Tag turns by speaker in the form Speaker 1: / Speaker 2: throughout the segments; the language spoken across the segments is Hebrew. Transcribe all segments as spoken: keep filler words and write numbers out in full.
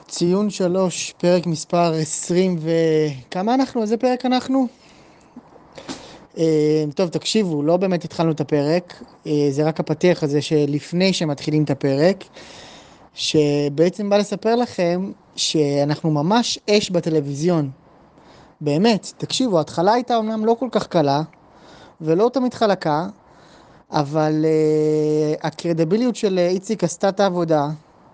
Speaker 1: ציון שלוש, פרק מספר עשרים ו... כמה אנחנו? איזה פרק אנחנו? טוב, תקשיבו, לא באמת התחלנו את הפרק, זה רק הפתיח הזה שלפני שמתחילים את הפרק, שבעצם בא לספר לכם שאנחנו ממש אש בטלוויזיון. באמת, תקשיבו, ההתחלה הייתה אומנם לא כל כך קלה, ולא תמיד חלקה, אבל uh, הקרדיביליות של איציק עשתה את העבודה,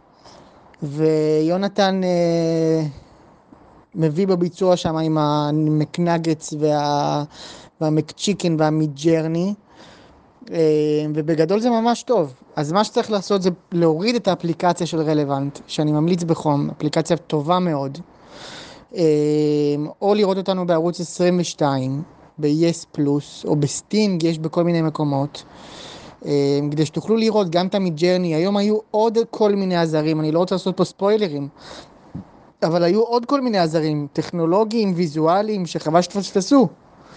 Speaker 1: ויונתן uh, מביא בביצוע שם עם המקנגץ וה... והמקצ'יקן והמידג'רני, uh, ובגדול זה ממש טוב. אז מה שצריך לעשות זה להוריד את האפליקציה של רלוונט, שאני ממליץ בחום, אפליקציה טובה מאוד, uh, או לראות אותנו בערוץ עשרים ושתיים, ב-Yes Plus, או בסטינג, יש בכל מיני מקומות, כדי שתוכלו לראות גם את המידג'רני. היום היו עוד כל מיני עזרים, אני לא רוצה לעשות פה ספוילרים, אבל היו עוד כל מיני עזרים, טכנולוגיים, ויזואליים, שחבל שתפספסו.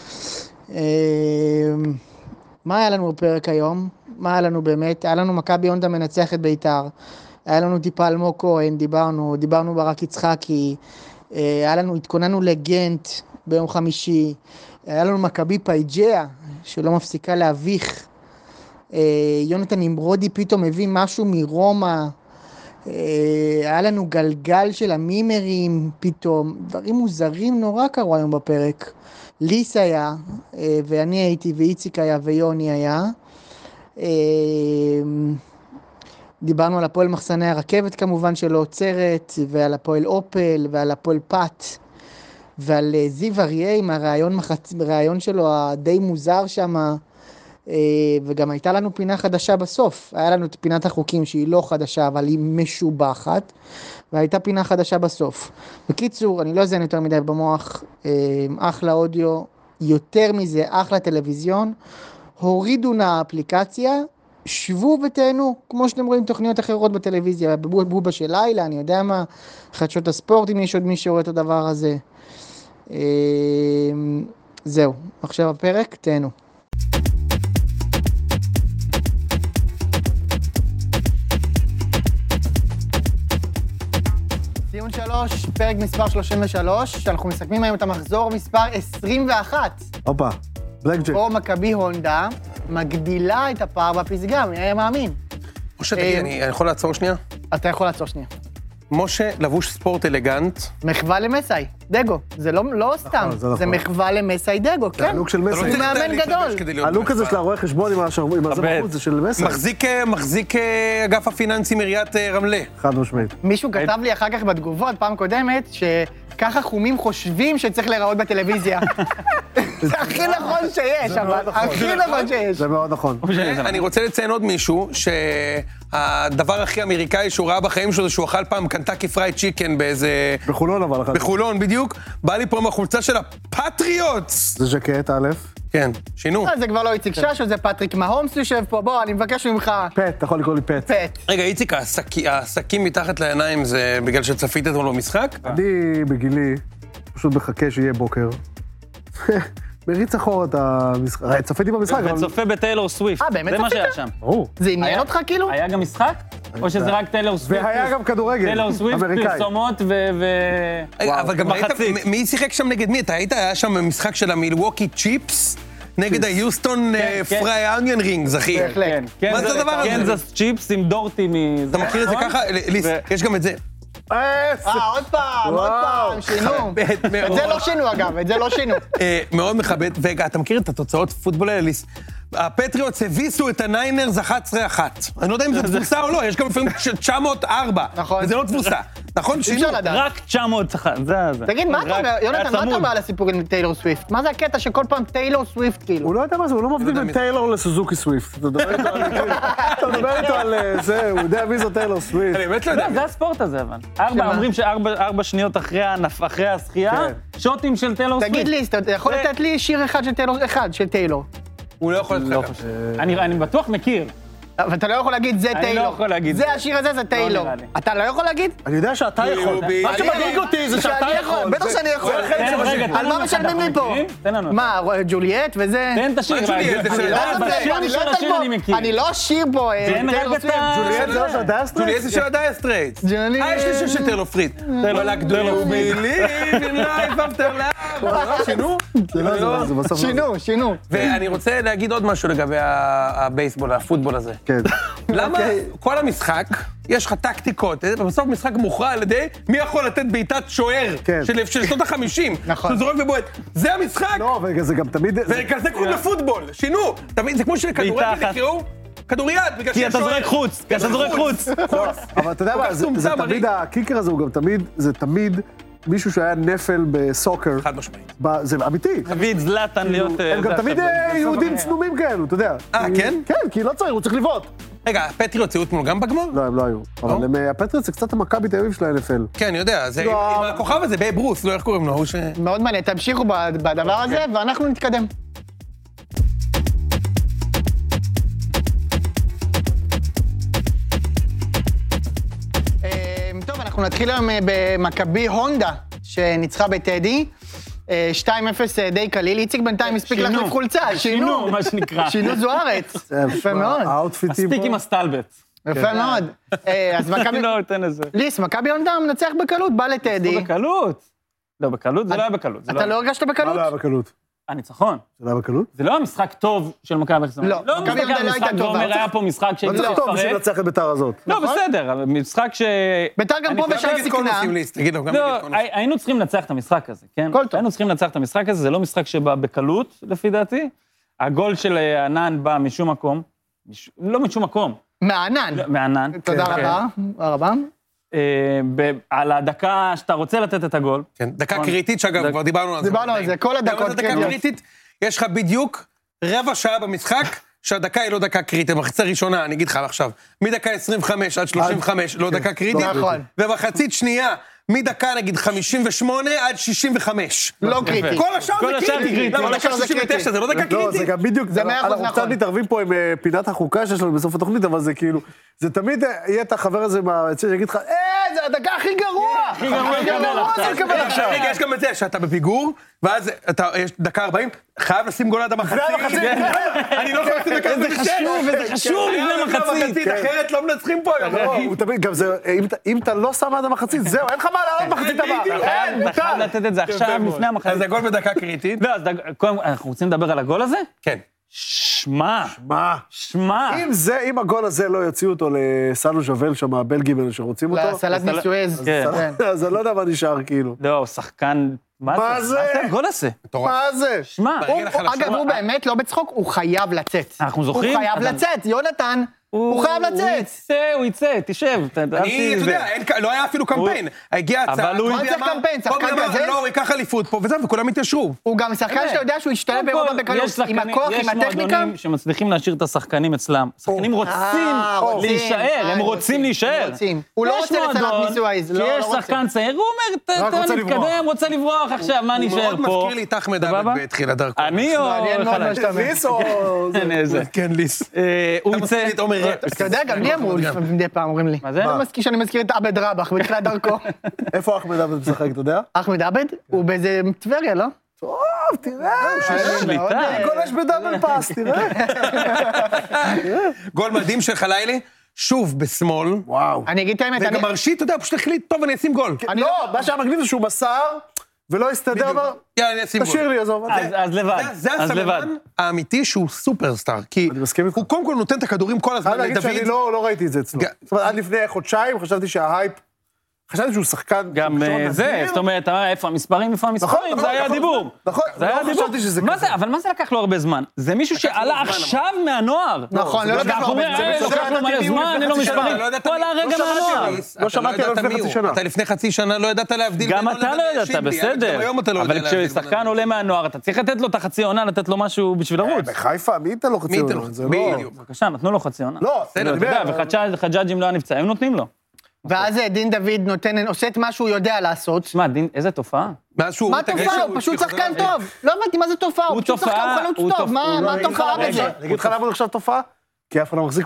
Speaker 1: מה היה לנו בפרק היום? מה היה לנו באמת? היה לנו מכבי הונדה מנצח את בית"ר, היה לנו טיפה אלמוג כהן, דיברנו, דיברנו ברק יצחקי, היה לנו, התכוננו לגנט ביום חמישי, היה לנו מכבי פייג'יה, שלא מפסיקה להביך, יונתן נמרודי פתאום הביא משהו מרומא, היה לנו גלגל של המימרים פתאום, דברים מוזרים נורא קרו היום בפרק. ליס היה, ואני הייתי, ואיציק היה, ויוני היה. דיברנו על הפועל מחסני הרכבת כמובן שלא עוצרת, ועל הפועל אופל, ועל הפועל פת, ועל זיו אריה עם הרעיון, מחצ... הרעיון שלו הדי מוזר שם, וגם הייתה לנו פינה חדשה בסוף. היה לנו את פינת החוקים שהיא לא חדשה, אבל היא משובחת, והייתה פינה חדשה בסוף. בקיצור, אני לא אזן יותר מדי במוח, אחלה אודיו, יותר מזה, אחלה טלוויזיון, הורידו נא אפליקציה, שבו ותהנו, כמו שאתם רואים תוכניות אחרות בטלוויזיה, בבובה של לילה, אני יודע מה, חדשות הספורט, אם יש עוד מי שרואה את הדבר הזה. זהו, עכשיו הפרק, תהנו. ציון שלוש, פרק מספר שלושים ושלוש, אנחנו מסכמים היום את המחזור מספר עשרים ואחת.
Speaker 2: הופה, בלק ג'ק.
Speaker 1: פה מכבי הונדה מגדילה את הפער בפסגה, מי היה מאמין?
Speaker 3: משה, תגיד, אני יכול לעצור שנייה?
Speaker 1: אתה יכול לעצור שנייה.
Speaker 3: משה לבוש ספורט אלגנט.
Speaker 1: מחווה למסאי, דגו. זה לא סתם, זה מחווה למסאי דגו, כן.
Speaker 2: זה הלוק של מסאי.
Speaker 1: הוא מאמן גדול.
Speaker 2: הלוק הזה של הרואה חשבון עם הזמחות, זה של מסאי.
Speaker 3: מחזיק אגף הפיננסים עיריית רמלה.
Speaker 2: חד משמעית.
Speaker 1: מישהו כתב לי אחר כך בתגובות, פעם קודמת, שככה חומים חושבים שצריך להיראות בטלוויזיה. זה הכי נכון שיש, אבל הכי נכון שיש.
Speaker 2: זה מאוד נכון.
Speaker 3: אני רוצה לציין עוד מישהו, שהדבר הכי אמריקאי שהוא ראה בחיים שלו, זה שהוא אכל פעם קנטקי פרייד צ'יקן באיזה...
Speaker 2: בחולון אבל אחת.
Speaker 3: בחולון, בדיוק. בא לי פה מהחולצה של הפטריוטס.
Speaker 2: זה ז'קט, א'.
Speaker 3: כן, שינו.
Speaker 1: זה כבר לא איציק ששו, זה פטריק מהומס יושב פה, בוא, אני מבקש ממך.
Speaker 2: פט, אתה יכול לקרוא לי פט.
Speaker 1: פט.
Speaker 3: רגע, איציק, העסקים מתחת לעיניים זה בגלל שצפית אתמול במשחק?
Speaker 2: אני בגילי פשוט מחכה שיהיה בוקר. מריץ אחורה את המשחק. צפיתי במשחק.
Speaker 4: וצופה בטיילור סוויפט.
Speaker 1: אה, באמת
Speaker 4: זה מה
Speaker 1: צפית?
Speaker 4: שהיה שם.
Speaker 2: ברור.
Speaker 1: זה עניין אותך כאילו?
Speaker 4: היה גם משחק? או שזה רק טיילור סוויפט?
Speaker 2: והיה גם כדורגל.
Speaker 4: טיילור סוויפט, פרסומות ו...
Speaker 3: אבל גם ראית,
Speaker 4: מחצית.
Speaker 3: מי שיחק שם נגד מי? אתה היית, היה שם משחק של המילווקי צ'יפס? נגד היוסטון פריי אוניון רינגס, אחי.
Speaker 1: בהחלט.
Speaker 3: מה זה הדבר הזה?
Speaker 4: קנזס צ'יפס עם דורטי מ...
Speaker 3: אתה מכיר את זה ככה? ליס, יש גם את זה.
Speaker 1: אה, עוד פעם, עוד פעם, שינו. את זה לא שינו אגב, את זה לא שינו.
Speaker 3: מאוד מכבד, ואתה מכיר את התוצאות פוטבול האלה, ליס? הפטריוטס הביסו את הניינרס אחת עשרה אחת. אני לא יודע אם זה תבוסה או לא, יש גם לפעמים של תשע מאות וארבע.
Speaker 1: נכון.
Speaker 3: וזה לא תבוסה. נכון? שינו.
Speaker 4: רק תשע מאות ואחת, זה זה.
Speaker 1: תגיד, מה אתה אומר, יונתן, מה אתה אומר על הסיפור עם טיילור סוויפט? מה זה הקטע שכל פעם טיילור סוויפט כאילו?
Speaker 2: הוא לא יודע מה זה, הוא לא מבדיל בין טיילור לסוזוקי סוויפט. אתה מדבר איתו על זה, הוא יודע מי זו טיילור סוויפט.
Speaker 3: אני באמת לא יודע.
Speaker 4: זה הספורט הזה, אבל. ארבע, אומרים שארבע שניות אחרי השחייה, שוטים של טיילור סוויפט.
Speaker 1: תגיד לי, אתה יכול לתת לי שיר אחד של טיילור, אחד של טיילור.
Speaker 3: הוא לא יכול לתת לך.
Speaker 4: אני בטוח מכיר.
Speaker 1: אבל אתה לא יכול להגיד, זה
Speaker 4: אני
Speaker 1: טיילור.
Speaker 4: לא יכול להגיד.
Speaker 1: זה השיר הזה, זה טיילור.
Speaker 4: נראה לי.
Speaker 1: אתה לא יכול להגיד?
Speaker 2: אני יודע שאתה יכול. מה שמדאיג אותי זה שאתה יכול.
Speaker 1: בטח שאני יכול.
Speaker 4: תן, רגע, תן
Speaker 1: על מה
Speaker 4: לנו
Speaker 1: משלמים לי
Speaker 4: אחד,
Speaker 1: פה?
Speaker 4: תן לנו.
Speaker 1: מה, ג'וליאט וזה?
Speaker 4: תן את השיר.
Speaker 3: מה ג'וליאט?
Speaker 4: אני
Speaker 3: זה
Speaker 4: לא
Speaker 3: של
Speaker 4: יודע,
Speaker 3: דייר
Speaker 4: בשיר
Speaker 1: אני
Speaker 4: של
Speaker 1: לא
Speaker 4: השיר
Speaker 1: יודע
Speaker 4: אני
Speaker 1: פה.
Speaker 4: מכיר.
Speaker 1: אני לא אשיר פה.
Speaker 4: תן
Speaker 1: טיילור
Speaker 4: רק את
Speaker 1: סוויפט.
Speaker 4: ה...
Speaker 2: ג'וליאט זה לא של דייר סטרייטס?
Speaker 3: ג'וליאט זה של הדייר סטרייטס.
Speaker 1: ג'וליאט.
Speaker 3: אה, יש לי שיר של טיילור פריד. לא like do you believe in life after life. לא, שינו?
Speaker 2: זה לא, זה בסוף לא.
Speaker 1: שינו, שינו.
Speaker 3: ואני רוצה להגיד עוד משהו לגבי ה- הבייסבול, הפוטבול הזה.
Speaker 2: כן.
Speaker 3: למה כל המשחק, יש לך טקטיקות, ובסוף משחק מוכרע על ידי מי יכול לתת בעיטת שוער
Speaker 2: כן.
Speaker 3: של של שנות החמישים.
Speaker 1: נכון.
Speaker 3: שהוא זורק ובועט. זה המשחק,
Speaker 2: לא, וזה גם תמיד...
Speaker 3: וכזה קוראים לפוטבול. שינו. תמיד, זה כמו
Speaker 4: בעיטה
Speaker 3: שכדורגל
Speaker 4: אחת.
Speaker 3: יקראו כדוריד, בגלל
Speaker 4: כי
Speaker 3: שיש
Speaker 4: אתה
Speaker 3: שוער.
Speaker 4: זורק חוץ, כי אתה זורק חוץ.
Speaker 2: אבל אתה יודע
Speaker 3: כל
Speaker 2: מה,
Speaker 3: כך
Speaker 2: זה
Speaker 3: צומצם,
Speaker 2: זה תמיד,
Speaker 3: הרי.
Speaker 2: הקיקר הזה הוא גם תמיד, זה תמיד מישהו שהיה נפל בסוקר.
Speaker 3: חד משמעית.
Speaker 2: ב- זה אמיתי.
Speaker 4: תביא את זלאטן להיות...
Speaker 2: הם גם
Speaker 4: זה
Speaker 2: תמיד
Speaker 4: עכשיו,
Speaker 2: אה,
Speaker 4: בסוף
Speaker 2: יהודים
Speaker 4: הקריירה.
Speaker 2: צנומים כאלו, אתה יודע.
Speaker 3: אה, כן?
Speaker 2: כן, כי לא צריך, הוא צריך לבעוט.
Speaker 3: רגע, הפטריוט יהיו מול גם בגמר?
Speaker 2: לא, הם לא היו. אבל הם, אה, הפטריוט זה קצת המכבי תל אביב של ה-אן אף אל.
Speaker 3: כן, אני יודע, זה
Speaker 2: לא.
Speaker 3: עם הכוכב הזה, באב ברוס, לא איך קוראים לו, הוא ש...
Speaker 1: מאוד מעניין, תמשיכו בדבר הזה, ואנחנו נתקדם. טוב, אנחנו נתחיל היום במכבי הונדה, שניצחה בטדי. שתיים אפס די קליל, איציק בינתיים הספיק
Speaker 4: שינו.
Speaker 1: להחליף חולצה,
Speaker 4: שינו, מה שנקרא.
Speaker 1: שינו זוארץ, יפה מאוד,
Speaker 2: האוטפיטים
Speaker 4: מספיק
Speaker 2: פה.
Speaker 4: עם הסטלבט.
Speaker 1: יפה מאוד. אה, אז מכבי,
Speaker 4: אני לא אתן לזה.
Speaker 1: ליס, מכבי הונדה מנצח בקלות, בא לטדי.
Speaker 4: בקלות. לא, בקלות? זה לא היה בקלות. זה
Speaker 1: אתה לא
Speaker 4: היה-
Speaker 1: הרגשת
Speaker 2: מה
Speaker 1: בקלות?
Speaker 2: לא היה בקלות?
Speaker 4: אה, ניצחון.
Speaker 2: זה לא היה בקלות?
Speaker 4: זה לא היה משחק טוב של מכבי חיפה.
Speaker 1: לא, מכבי
Speaker 4: מסתכל
Speaker 1: הונדה
Speaker 4: על
Speaker 1: לא
Speaker 4: משחק
Speaker 1: הייתה טובה.
Speaker 4: ואומר, היה פה משחק
Speaker 2: לא
Speaker 4: שהייתי
Speaker 2: צריך טוב בשביל
Speaker 4: לפרק.
Speaker 2: לנצח את ביתר הזאת.
Speaker 4: לא,
Speaker 1: נכון.
Speaker 4: בסדר, אבל משחק ש...
Speaker 1: ביתר גם
Speaker 4: אני
Speaker 1: פה
Speaker 4: גם
Speaker 1: ושם
Speaker 3: נגד כל
Speaker 1: סיכנה.
Speaker 3: נושאים ליסט, תגיד לו, גם
Speaker 4: לא,
Speaker 3: נגד כל נושאים.
Speaker 4: היינו צריכים לנצח את המשחק הזה, כן?
Speaker 1: כל טוב.
Speaker 4: היינו צריכים לנצח את המשחק הזה, זה לא משחק שבא בקלות, לפי דעתי. הגול של ענן בא משום מקום, מש- לא משום מקום,
Speaker 1: מענן.
Speaker 4: לא, מענן.
Speaker 1: תודה
Speaker 4: כן.
Speaker 1: רבה, תודה רבה.
Speaker 4: אה, ב- על הדקה שאתה רוצה לתת את הגול.
Speaker 3: כן, דקה
Speaker 4: נכון.
Speaker 3: קריטית, שאגב,
Speaker 4: דק-
Speaker 3: כבר דיברנו על זה.
Speaker 1: דיברנו על זה, כל הדקות
Speaker 3: אבל דקה
Speaker 1: קריטיות.
Speaker 3: קריטית, יש לך בדיוק רבע שעה במשחק, שהדקה היא לא דקה קריטית, במחצית הראשונה, אני אגיד לך עכשיו, מדקה עשרים וחמש עד שלושים וחמש, לא דקה קריטית,
Speaker 1: נכון.
Speaker 3: ובמחצית שנייה, מדקה נגיד חמישים ושמונה עד שישים וחמש.
Speaker 1: לא קריטי.
Speaker 3: כל השאר
Speaker 4: כל
Speaker 3: זה
Speaker 4: השאר
Speaker 3: קריטי.
Speaker 4: קריטי.
Speaker 3: למה
Speaker 1: כל
Speaker 3: דקה
Speaker 1: השאר זה
Speaker 3: שישים ותשע
Speaker 1: קריטי.
Speaker 3: זה לא דקה
Speaker 2: לא, זה
Speaker 3: קריטית?
Speaker 2: גם בדיוק,
Speaker 1: זה מאה אחוז
Speaker 2: אנחנו קצת
Speaker 1: נכון.
Speaker 2: מתערבים פה עם אה, פינת החוקה שיש לנו בסוף התוכנית, אבל זה כאילו, זה תמיד אה, יהיה את החבר הזה מהצד שיגיד לך, אה, זה הדקה הכי גרוע! הכי
Speaker 4: גרוע לקבל עכשיו.
Speaker 2: זה לקבל עכשיו.
Speaker 3: רגע, יש גם את זה, שאתה בפיגור, ואז אתה, יש דקה ארבעים, חייב לשים גול עד המחצית.
Speaker 2: המחצית.
Speaker 3: אני לא יכול לשים דקה
Speaker 4: איזה
Speaker 3: עשרים ושש.
Speaker 4: חשוב, איזה חשוב
Speaker 3: חייב
Speaker 4: לפני
Speaker 3: לשים
Speaker 4: מחצית.
Speaker 3: המחצית, אחרת לא מנצחים פה היום.
Speaker 2: לא, הוא תמיד, גם זה, אם אתה- אם אתה לא שם עד המחצית, זהו, אין לך מה לעלות מחצית הבאה.
Speaker 3: בדיוק.
Speaker 2: אין,
Speaker 4: אתה חייב
Speaker 2: מותר.
Speaker 4: לתת את זה עכשיו, לפני
Speaker 3: אז
Speaker 4: המחצית.
Speaker 3: זה גול בדקה קריטית.
Speaker 4: לא, אז דג- קודם, אנחנו רוצים לדבר על הגול הזה?
Speaker 3: כן.
Speaker 4: שמע,
Speaker 2: מה?
Speaker 4: שמע.
Speaker 2: אם זה, אם הגול הזה לא יוציאו אותו לסנו ז'וול שם, הבלגים האלה שרוצים אותו,
Speaker 1: לסלט
Speaker 4: לסל-
Speaker 1: מסואז.
Speaker 4: כן.
Speaker 2: אז אני לא יודע מה נשאר, כאילו.
Speaker 4: לא, שחקן...
Speaker 2: מה זה?
Speaker 4: מה זה הגול הזה?
Speaker 3: מטורף.
Speaker 2: מה זה?
Speaker 4: שמע,
Speaker 3: ברגע
Speaker 1: הוא-
Speaker 3: החלשה.
Speaker 1: אגב, הוא באמת לא בצחוק, הוא חייב לצאת.
Speaker 4: אנחנו זוכרים?
Speaker 1: הוא חייב
Speaker 4: אתה-
Speaker 1: לצאת, יונתן, הוא חייב
Speaker 4: הוא
Speaker 1: לצאת.
Speaker 4: יצא, הוא יצא, תשב. ת-
Speaker 3: אני,
Speaker 4: אהבתי
Speaker 3: אתה
Speaker 4: את זה.
Speaker 3: יודע, אין ק- לא היה אפילו קמפיין. הגיע
Speaker 4: אבל
Speaker 3: הצעה,
Speaker 4: הוא-
Speaker 3: קובי
Speaker 1: מה צריך
Speaker 3: אמר-
Speaker 1: קמפיין?
Speaker 3: קובי
Speaker 1: שחקן
Speaker 3: אמר,
Speaker 1: כזה?
Speaker 3: לא, הוא ייקח אליפות פה וזהו, וכולם התיישרו.
Speaker 1: הוא גם שחקן שאתה יודע שהוא ישתלב באירופה
Speaker 4: קודם כל,
Speaker 1: בקלות,
Speaker 4: יש שחקנים-
Speaker 1: עם הכוח, עם
Speaker 4: יש
Speaker 1: הטכניקה.
Speaker 4: מועדונים שמצליחים להשאיר את השחקנים אצלם. שחקנים רוצים
Speaker 1: אה, רוצים,
Speaker 4: להישאר,
Speaker 1: אה,
Speaker 4: הם רוצים להישאר.
Speaker 1: רוצים. הוא לא
Speaker 4: יש
Speaker 1: רוצה לסלט
Speaker 4: מועדון
Speaker 1: מסואז, לא,
Speaker 4: שיש
Speaker 1: לא רוצה.
Speaker 4: שחקן צעיר, הוא אומר, ת-
Speaker 2: רק
Speaker 4: תן
Speaker 2: רוצה
Speaker 4: להתקדם,
Speaker 2: לברוח.
Speaker 4: רוצה לברוח עכשיו, מה
Speaker 3: הוא
Speaker 4: נשאר פה?
Speaker 3: מאוד מזכיר לי את אחמד
Speaker 4: סבבה?
Speaker 3: עבד בתחילת דרכו.
Speaker 4: אני או...
Speaker 1: מעניין מאוד מה שאתה אומר.
Speaker 2: ליס או... זה?
Speaker 4: אין איזה.
Speaker 3: כן, ליס.
Speaker 4: אה, הוא
Speaker 3: אתה מזכיר
Speaker 4: יצא...
Speaker 3: לי את עומר רפס.
Speaker 1: אתה יודע, גם לי אמרו מדי פעם, אומרים לי.
Speaker 4: מה זה?
Speaker 1: אני מזכיר שאני מזכיר את עבד רבח בתחילת דרכו.
Speaker 2: איפה אחמד עבד משחק, אתה יודע?
Speaker 1: אחמד עבד? הוא באיזה טבריה, לא?
Speaker 2: טוב, תראה.
Speaker 4: שליטה.
Speaker 2: גולש בדאבל פאס, תראה.
Speaker 3: גול מדהים של חלילי, שוב בשמאל.
Speaker 2: וואו.
Speaker 1: אני אגיד את האמת, אני...
Speaker 3: וגם מרשי, אתה יודע, הוא פשוט החליט, טוב, אני אשים גול.
Speaker 1: אני
Speaker 2: לא,
Speaker 1: לא-
Speaker 2: מה שהיה מגניב זה שהוא מסר, ולא הסתדר, אמר,
Speaker 3: יאללה, אני אשים גול.
Speaker 2: תשאיר לי, עזוב.
Speaker 4: אז אז לבד,
Speaker 3: זה
Speaker 4: אז לבד.
Speaker 3: הסממן האמיתי שהוא סופרסטאר, כי
Speaker 2: אני מסכים איתך.
Speaker 3: הוא קודם כל נותן את הכדורים כל הזמן
Speaker 2: חייב להגיד שאני
Speaker 3: לדוד.
Speaker 2: לא לא ראיתי את זה אצלו.
Speaker 3: ג-
Speaker 2: זאת אומרת, עד לפני חודשיים חשבתי שההייפ, חשבתי שהוא שחקן...
Speaker 4: גם
Speaker 2: שהוא
Speaker 4: אה,
Speaker 2: נדיר.
Speaker 4: זה, זאת אומרת, אה, איפה המספרים, איפה המספרים,
Speaker 2: נכון,
Speaker 4: זה היה
Speaker 2: נכון,
Speaker 4: הדיבור.
Speaker 2: נכון,
Speaker 4: זה היה
Speaker 2: לא
Speaker 4: הדיבור.
Speaker 2: חשבתי שזה
Speaker 4: מה
Speaker 2: כזה.
Speaker 4: זה, אבל מה זה לקח לו הרבה זמן? זה מישהו שעלה
Speaker 3: זמן,
Speaker 4: עכשיו מהנוער.
Speaker 1: נכון, לא לקח לו
Speaker 4: אנחנו
Speaker 1: הרבה
Speaker 4: אומרים,
Speaker 1: זמן.
Speaker 4: אה,
Speaker 2: זה
Speaker 4: לוקח לו
Speaker 2: לא
Speaker 4: מלא
Speaker 2: ידעתי
Speaker 4: זמן,
Speaker 2: מי
Speaker 4: אין לו
Speaker 2: הוא לפני חצי
Speaker 4: מספרים.
Speaker 3: שנה, לא ידעת
Speaker 4: הוא
Speaker 3: מי-
Speaker 4: עלה
Speaker 3: לא
Speaker 4: רגע
Speaker 3: שמעתי
Speaker 4: מהנוער.
Speaker 3: עליו.
Speaker 2: לא
Speaker 3: אתה
Speaker 2: שמעתי עליו
Speaker 3: ידעת
Speaker 2: לפני
Speaker 3: מי
Speaker 2: חצי
Speaker 3: הוא.
Speaker 2: שנה.
Speaker 3: אתה לפני חצי שנה לא ידעת להבדיל.
Speaker 4: גם
Speaker 3: בינו
Speaker 4: אתה
Speaker 3: לבין
Speaker 4: לא ידעת,
Speaker 3: שיבלי.
Speaker 4: בסדר.
Speaker 3: גם היום אתה לא יודע
Speaker 4: אבל
Speaker 3: להבדיל.
Speaker 4: כששחקן עולה מהנוער, אתה צריך לתת לו את החצי עונה, לתת לו משהו בשביל לרוץ.
Speaker 2: בחיפה, מי ייתן לו חצי
Speaker 3: מי ייתן
Speaker 2: עונה?
Speaker 3: לו?
Speaker 2: זה לא-
Speaker 3: בדיוק.
Speaker 4: בבקשה, נתנו לו חצי עונה.
Speaker 2: לא,
Speaker 3: בסדר,
Speaker 4: אתה יודע, וחג'אג' אם לא היה נפצע, הם נותנים לו.
Speaker 1: ואז דין דוד נותן, עושה את מה שהוא יודע לעשות.
Speaker 4: תשמע, דין, איזה תופעה.
Speaker 3: מאז שהוא...
Speaker 1: מה
Speaker 3: מתגש,
Speaker 1: תופעה?
Speaker 3: הוא
Speaker 1: הוא פשוט
Speaker 3: הבטיח
Speaker 1: שחקן
Speaker 3: חזרה.
Speaker 1: טוב. לא הבנתי מה זה תופעה, הוא
Speaker 4: הוא
Speaker 1: פשוט שחקן,
Speaker 4: תופעה,
Speaker 1: הוא
Speaker 4: הוא
Speaker 1: חלוץ טוב.
Speaker 4: תופ-
Speaker 1: מה
Speaker 4: הוא
Speaker 1: מה
Speaker 4: לא-
Speaker 1: התופעה
Speaker 4: רגע,
Speaker 1: בזה?
Speaker 2: אני אגיד לך למה הוא נחשב תופעה? כי אף אחד לא מחזיק ממנו.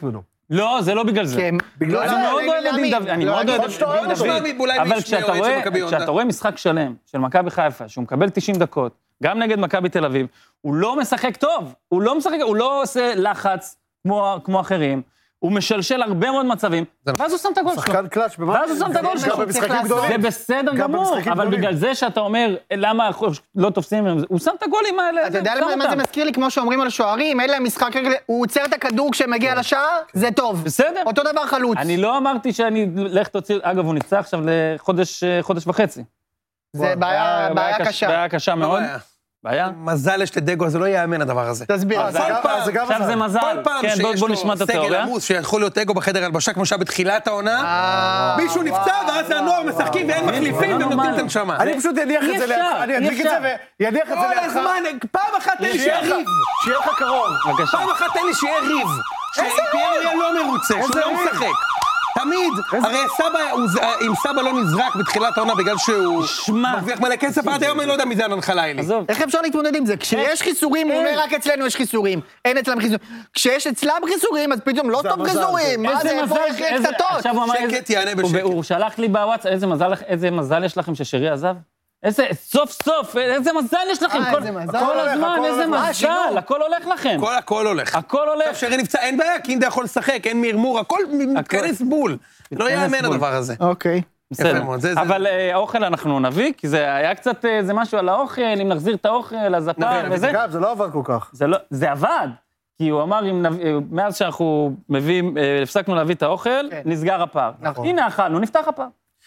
Speaker 4: לא, זה לא בגלל זה.
Speaker 2: בגלל
Speaker 4: אני מאוד אוהב את דין דוד, אני מאוד אוהב את דין דוד, אבל כשאתה רואה משחק שלם של מכבי חיפה, שהוא מקבל תשעים דקות, גם נגד מכבי תל אביב, הוא לא משחק טוב, הוא לא משחק, הוא לא עושה לחץ כמו אחרים, הוא משלשל הרבה מאוד מצבים, ואז הוא שם את הגול שלו.
Speaker 2: שחקן קלאץ'
Speaker 4: ואז הוא שם את הגול שלו. זה בסדר גמור, אבל בגלל זה שאתה אומר, למה לא תופסים, הוא שם את הגולים האלה.
Speaker 1: אתה יודע מה זה מזכיר לי, כמו שאומרים על השוערים, אין להם משחק רגל, הוא עוצר את הכדור כשמגיע לשער, זה טוב.
Speaker 4: בסדר.
Speaker 1: אותו דבר חלוץ.
Speaker 4: אני לא אמרתי שאני לך תוציא, אגב, הוא נפצע עכשיו לחודש וחצי.
Speaker 1: זה בעיה קשה.
Speaker 4: בעיה קשה מאוד. בעיה?
Speaker 3: מזל יש לדגו, זה לא יאמן הדבר הזה.
Speaker 1: תסביר.
Speaker 4: עכשיו זה מזל.
Speaker 3: כל פעם שיש לו סגל עמוס, שיכול להיות אגו בחדר הלבשה, כמו שהיה בתחילת העונה, מישהו נפצע, ואז הנוער משחקים ואין מחליפים, והם נותנים את הנשמה.
Speaker 2: אני פשוט יניח את זה לידך, אני אדליק את זה ויניח את זה לידך.
Speaker 3: כל הזמן, פעם אחת תן לי שיהיה ריב.
Speaker 2: שיהיה לך קרוב.
Speaker 3: פעם אחת תן לי שיהיה ריב. שפייר יהיה לא מרוצה, שהוא לא משחק. תמיד, הרי אם סבא לא נזרק בתחילת העונה בגלל שהוא מרוויח מלא כסף, עד היום אני לא יודע מי זה הנחלה אלי.
Speaker 1: איך אפשר להתמודד עם זה? כשיש חיסורים, הוא אומר רק אצלנו יש חיסורים, אין אצלם חיסורים. כשיש אצלם חיסורים, אז פתאום לא טוב חיסורים.
Speaker 4: איזה מזל, עכשיו הוא אמר,
Speaker 3: שקט יענה בשקט.
Speaker 4: הוא שלח לי בוואטסאפ, איזה מזל יש לכם ששרי עזב? איזה, סוף סוף, איזה מזל יש לכם, כל הזמן, איזה מזל, הכל הולך לכם.
Speaker 3: הכל, הכל הולך.
Speaker 4: הכל הולך.
Speaker 3: עכשיו שרי נפצע, אין בעיה, כי אינדה יכול לשחק, אין מרמור, הכל מתכנס בול. לא יאמן הדבר הזה.
Speaker 1: אוקיי.
Speaker 4: בסדר, אבל האוכל אנחנו נביא, כי זה היה קצת, זה משהו על האוכל, אם נחזיר את האוכל, אז הפעם וזה.
Speaker 2: זה לא עבד כל כך.
Speaker 4: זה עבד, כי הוא אמר, מאז שאנחנו מביאים, הפסקנו להביא את האוכל, נסגר הפער. הנה אכלנו, נפתח הפער.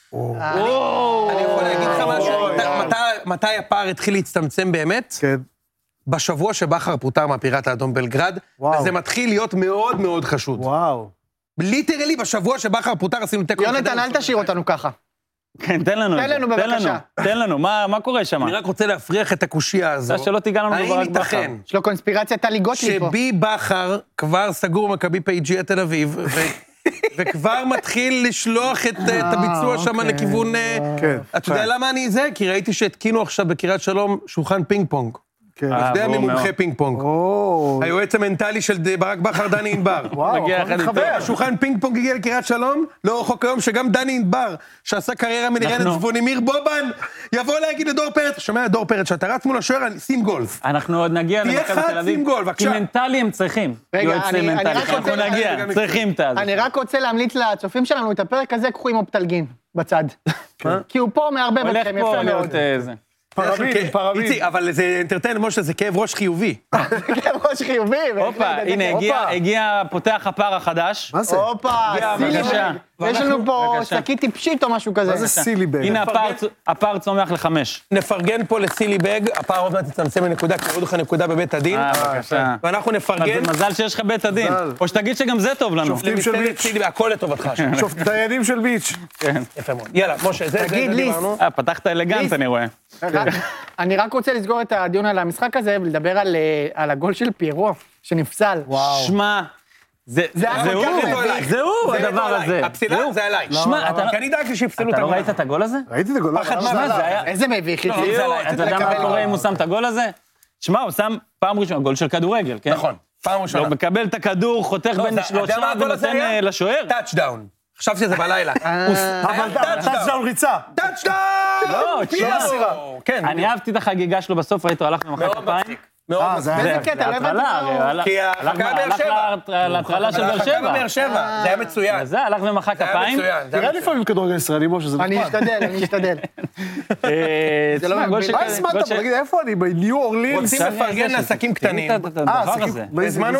Speaker 3: אני יכול להגיד לך משהו, מתי הפער התחיל להצטמצם באמת?
Speaker 2: כן.
Speaker 3: בשבוע שבחר פוטר מהפיראט האדום בלגרד, וזה מתחיל להיות מאוד מאוד חשוד.
Speaker 2: וואו.
Speaker 3: ליטרלי בשבוע שבחר פוטר עשינו תיקו.
Speaker 1: יונתן, אל תשאיר אותנו ככה.
Speaker 4: כן, תן לנו.
Speaker 1: תן לנו בבקשה.
Speaker 4: תן לנו, מה קורה שם?
Speaker 3: אני רק רוצה להפריח את הקושייה הזו.
Speaker 4: שלא תיגע לנו בברק בחר.
Speaker 3: האם ייתכן?
Speaker 1: יש לו קונספירציה טלי גוטליב פה.
Speaker 3: שבי בחר כבר סגור מכבי פייג'יה תל אביב, וכבר מתחיל לשלוח את הביצוע שם לכיוון... אתה יודע למה אני זה? כי ראיתי שהתקינו עכשיו בקריית שלום שולחן פינג פונג. אתה יודע מי מומחה פינג פונג. היועץ המנטלי של ברק בחר, דני ענבר.
Speaker 2: וואו,
Speaker 3: השולחן פינג פונג הגיע לקריית שלום, לא רחוק היום שגם דני ענבר, שעשה קריירה מנהרנת זבונימיר בובן, יבוא להגיד לדור פרץ, שומע דור פרץ, שאתה רץ מול השוער, שים גול.
Speaker 4: אנחנו עוד נגיע למכבי תל אביב. כי מנטלי הם צריכים. יועץ מנטלי, אנחנו נגיע, צריכים את זה.
Speaker 1: אני רק רוצה להמליץ לצופים שלנו את הפרק הזה, קחו עם אופטלגין בצד. כי הוא פה מערבב אתכם יפה מאוד.
Speaker 2: פרמיד, פרמיד.
Speaker 3: איציק, אבל זה אנטרטן, משה, זה כאב ראש חיובי.
Speaker 1: כאב ראש חיובי.
Speaker 4: הופה, הנה, הגיע פותח הפער החדש.
Speaker 2: מה זה?
Speaker 1: הופה, סילבג. יש לנו פה שקית טיפשית או משהו כזה.
Speaker 2: מה זה סילבג?
Speaker 4: הנה, הפער צומח לחמש.
Speaker 3: נפרגן פה לסילבג, הפער עוד מעט תצמצם לנקודה, כי הורידו לך נקודה בבית הדין. ואנחנו נפרגן.
Speaker 4: מזל שיש לך בית הדין. או שתגיד שגם זה טוב לנו.
Speaker 2: שופטים של מיץ'.
Speaker 3: הכל לטובתך.
Speaker 2: דיינים של מיץ'.
Speaker 3: יפה מאוד. יאללה, משה, זה דיברנו.
Speaker 4: פתחת אלגנט, אני רואה.
Speaker 1: אני רק רוצה לסגור את הדיון על המשחק הזה, ולדבר על הגול של פיירו, שנפסל.
Speaker 4: שמע, זה הוא, זה הוא הדבר הזה.
Speaker 3: הפסילה זה עליי.
Speaker 4: שמע,
Speaker 3: כי אני דאגתי שיפסלו את
Speaker 4: אתה לא
Speaker 3: הגול.
Speaker 4: ראית את הגול הזה?
Speaker 2: ראיתי את הגול.
Speaker 1: איזה מביך.
Speaker 4: אתה יודע מה קורה אם הוא שם את הגול הזה? שמע, הוא שם פעם ראשונה גול של כדורגל, כן?
Speaker 3: נכון, פעם ראשונה.
Speaker 4: הוא מקבל את הכדור, חותך בין שלושה ונותן לשוער.
Speaker 3: טאצ'דאון. עכשיו שזה בלילה.
Speaker 2: אבל טאצ'דאון ריצה.
Speaker 3: טאצ'דאון!
Speaker 4: לא, תשמע. אני אהבתי את החגיגה שלו בסוף, ראיתו, הלך ומחא כפיים.
Speaker 3: מאוד
Speaker 1: זה איזה קטע, לא הבנתי.
Speaker 3: כי ההרחקה באר שבע.
Speaker 4: להטרלה של באר שבע.
Speaker 3: באר שבע, זה היה מצוין.
Speaker 4: זה הלך ומחא כפיים.
Speaker 2: תראה לפעמים כדורגל ישראלי, משה, זה נחמד.
Speaker 1: אני אשתדל, אני אשתדל.
Speaker 2: זה לא מגביל. מה הזמנת? תגיד, איפה אני? בניו אורלינס?
Speaker 3: רוצים לפרגן לעסקים קטנים. הזמנו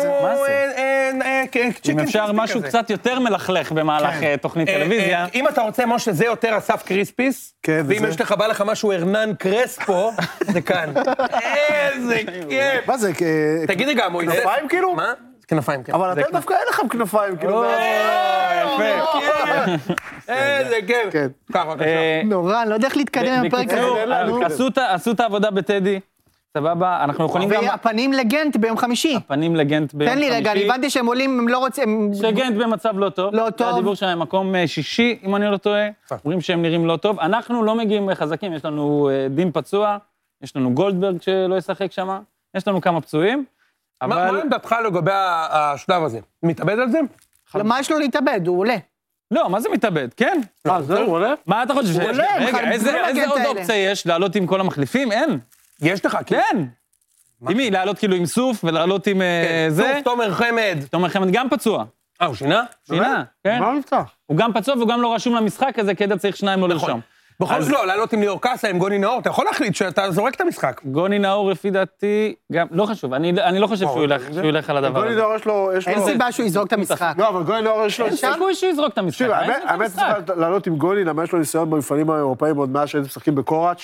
Speaker 4: אם אפשר משהו קצת יותר מלכלך במהלך תוכנית טלוויזיה.
Speaker 3: אם אתה רוצה, משה, זה יותר אסף קריספיס, ואם יש לך בא לך משהו הרנן קרספו, זה כאן. איזה כיף.
Speaker 2: מה זה?
Speaker 3: תגיד רגע, מויזס.
Speaker 2: כנפיים כאילו?
Speaker 3: מה? כנפיים, כן.
Speaker 2: אבל אתם דווקא אין לכם כנפיים, כאילו.
Speaker 3: יפה. איזה כיף. ככה, בבקשה.
Speaker 1: נורא, אני לא יודע איך להתקדם בפרק הזה.
Speaker 4: עשו את העבודה בטדי. סבבה, אנחנו יכולים גם...
Speaker 1: והפנים לגנט ביום חמישי.
Speaker 4: הפנים לגנט ביום חמישי.
Speaker 1: תן לי רגע, אני הבנתי שהם עולים, הם לא רוצים...
Speaker 4: שגנט במצב לא טוב.
Speaker 1: לא טוב.
Speaker 4: הדיבור שלהם מקום שישי, אם אני לא טועה. אומרים שהם נראים לא טוב. אנחנו לא מגיעים חזקים, יש לנו דין פצוע, יש לנו גולדברג שלא ישחק שם, יש לנו כמה פצועים.
Speaker 3: מה עמדתך לגבי השלב הזה? מתאבד על זה?
Speaker 1: מה יש לו להתאבד? הוא עולה.
Speaker 4: לא, מה זה מתאבד? כן.
Speaker 2: אה, זהו, הוא עולה?
Speaker 4: מה אתה חושב?
Speaker 1: הוא עולה,
Speaker 4: רגע, איזה עוד אופציה יש? לעלות עם כל המחליפים? אין.
Speaker 3: יש לך,
Speaker 4: כן. עם מי? לעלות כאילו עם סוף ולעלות עם זה?
Speaker 3: סוף, תומר חמד.
Speaker 4: תומר חמד גם פצוע.
Speaker 3: אה, הוא שינה?
Speaker 4: שינה, כן.
Speaker 2: מה הוא נפתח?
Speaker 4: הוא גם פצוע והוא גם לא רשום למשחק הזה, כדי צריך שניים לא לרשום.
Speaker 3: בכל זאת לא, לעלות עם ליאור קאסה, עם גוני נאור, אתה יכול להחליט שאתה זורק את המשחק.
Speaker 4: גוני נאור, לפי דעתי, גם, לא חשוב, אני לא חושב שהוא ילך על הדבר הזה.
Speaker 2: גוני נאור יש לו...
Speaker 1: אין סיבה שהוא יזרוק את המשחק.
Speaker 2: לא, אבל גוני נאור יש לו...
Speaker 4: אין סיכוי שהוא יזרוק את המשחק.
Speaker 2: האמת צריכה לעלות עם גוני, למה יש לו ניסיון במפעלים האירופאים עוד מאז שהייתם משחקים בקוראץ'.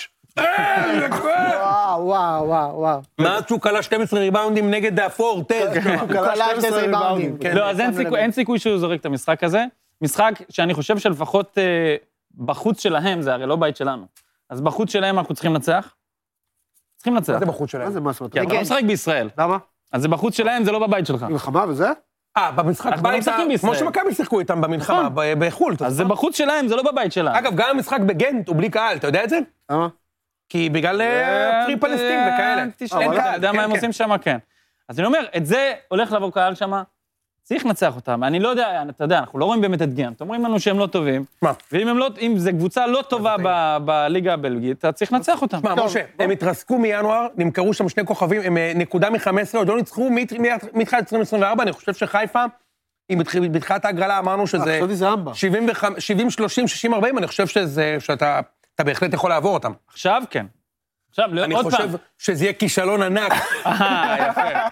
Speaker 1: וואו, וואו, וואו, וואו.
Speaker 3: מאז שהוא קלה שתים עשרה ריבאונדים נגד הפורטז.
Speaker 1: הוא קלה שתים עשרה ריבאונדים.
Speaker 4: לא, אז אין סיכוי שהוא זורק את המשחק הזה. משחק שאני חושב שלפחות בחוץ שלהם, זה הרי לא בית שלנו. אז בחוץ שלהם אנחנו צריכים לנצח. צריכים לנצח.
Speaker 3: מה זה בחוץ שלהם?
Speaker 2: מה זה מה זאת אומרת?
Speaker 4: כי אתה לא משחק בישראל.
Speaker 2: למה?
Speaker 4: אז זה בחוץ שלהם, זה לא בבית שלך.
Speaker 2: מלחמה וזה?
Speaker 3: אה, במשחק בית, כמו שמכבי שיחקו איתם במלחמה, בחו"ל.
Speaker 4: אז זה בחוץ שלהם, זה לא בבית שלהם.
Speaker 3: אגב, גם המשחק בגנט הוא בלי קהל, אתה יודע את זה?
Speaker 2: למה?
Speaker 3: כי בגלל פרי פלסטין וכאלה.
Speaker 4: אתה יודע מה הם עושים שם, כן. אז אני אומר, את זה הולך לעבור קהל שם, צריך לנצח אותם. אני לא יודע, אתה יודע, אנחנו לא רואים באמת את גנט. אומרים לנו שהם לא טובים.
Speaker 3: מה?
Speaker 4: ואם זו קבוצה לא טובה בליגה הבלגית, אתה צריך לנצח אותם.
Speaker 3: מה, משה, הם התרסקו מינואר, נמכרו שם שני כוכבים, הם נקודה מ-חמש עשרה, עוד לא ניצחו מתחילת עשרים עשרים וארבע, אני חושב שחיפה, בתחילת ההגרלה אמרנו שזה שבעים שלושים, שישים ארבעים, אני חושב שאתה בהחלט יכול לעבור אותם.
Speaker 4: עכשיו כן. עכשיו, עוד פעם.
Speaker 3: אני חושב שזה יהיה כישלון ענק.
Speaker 4: אה,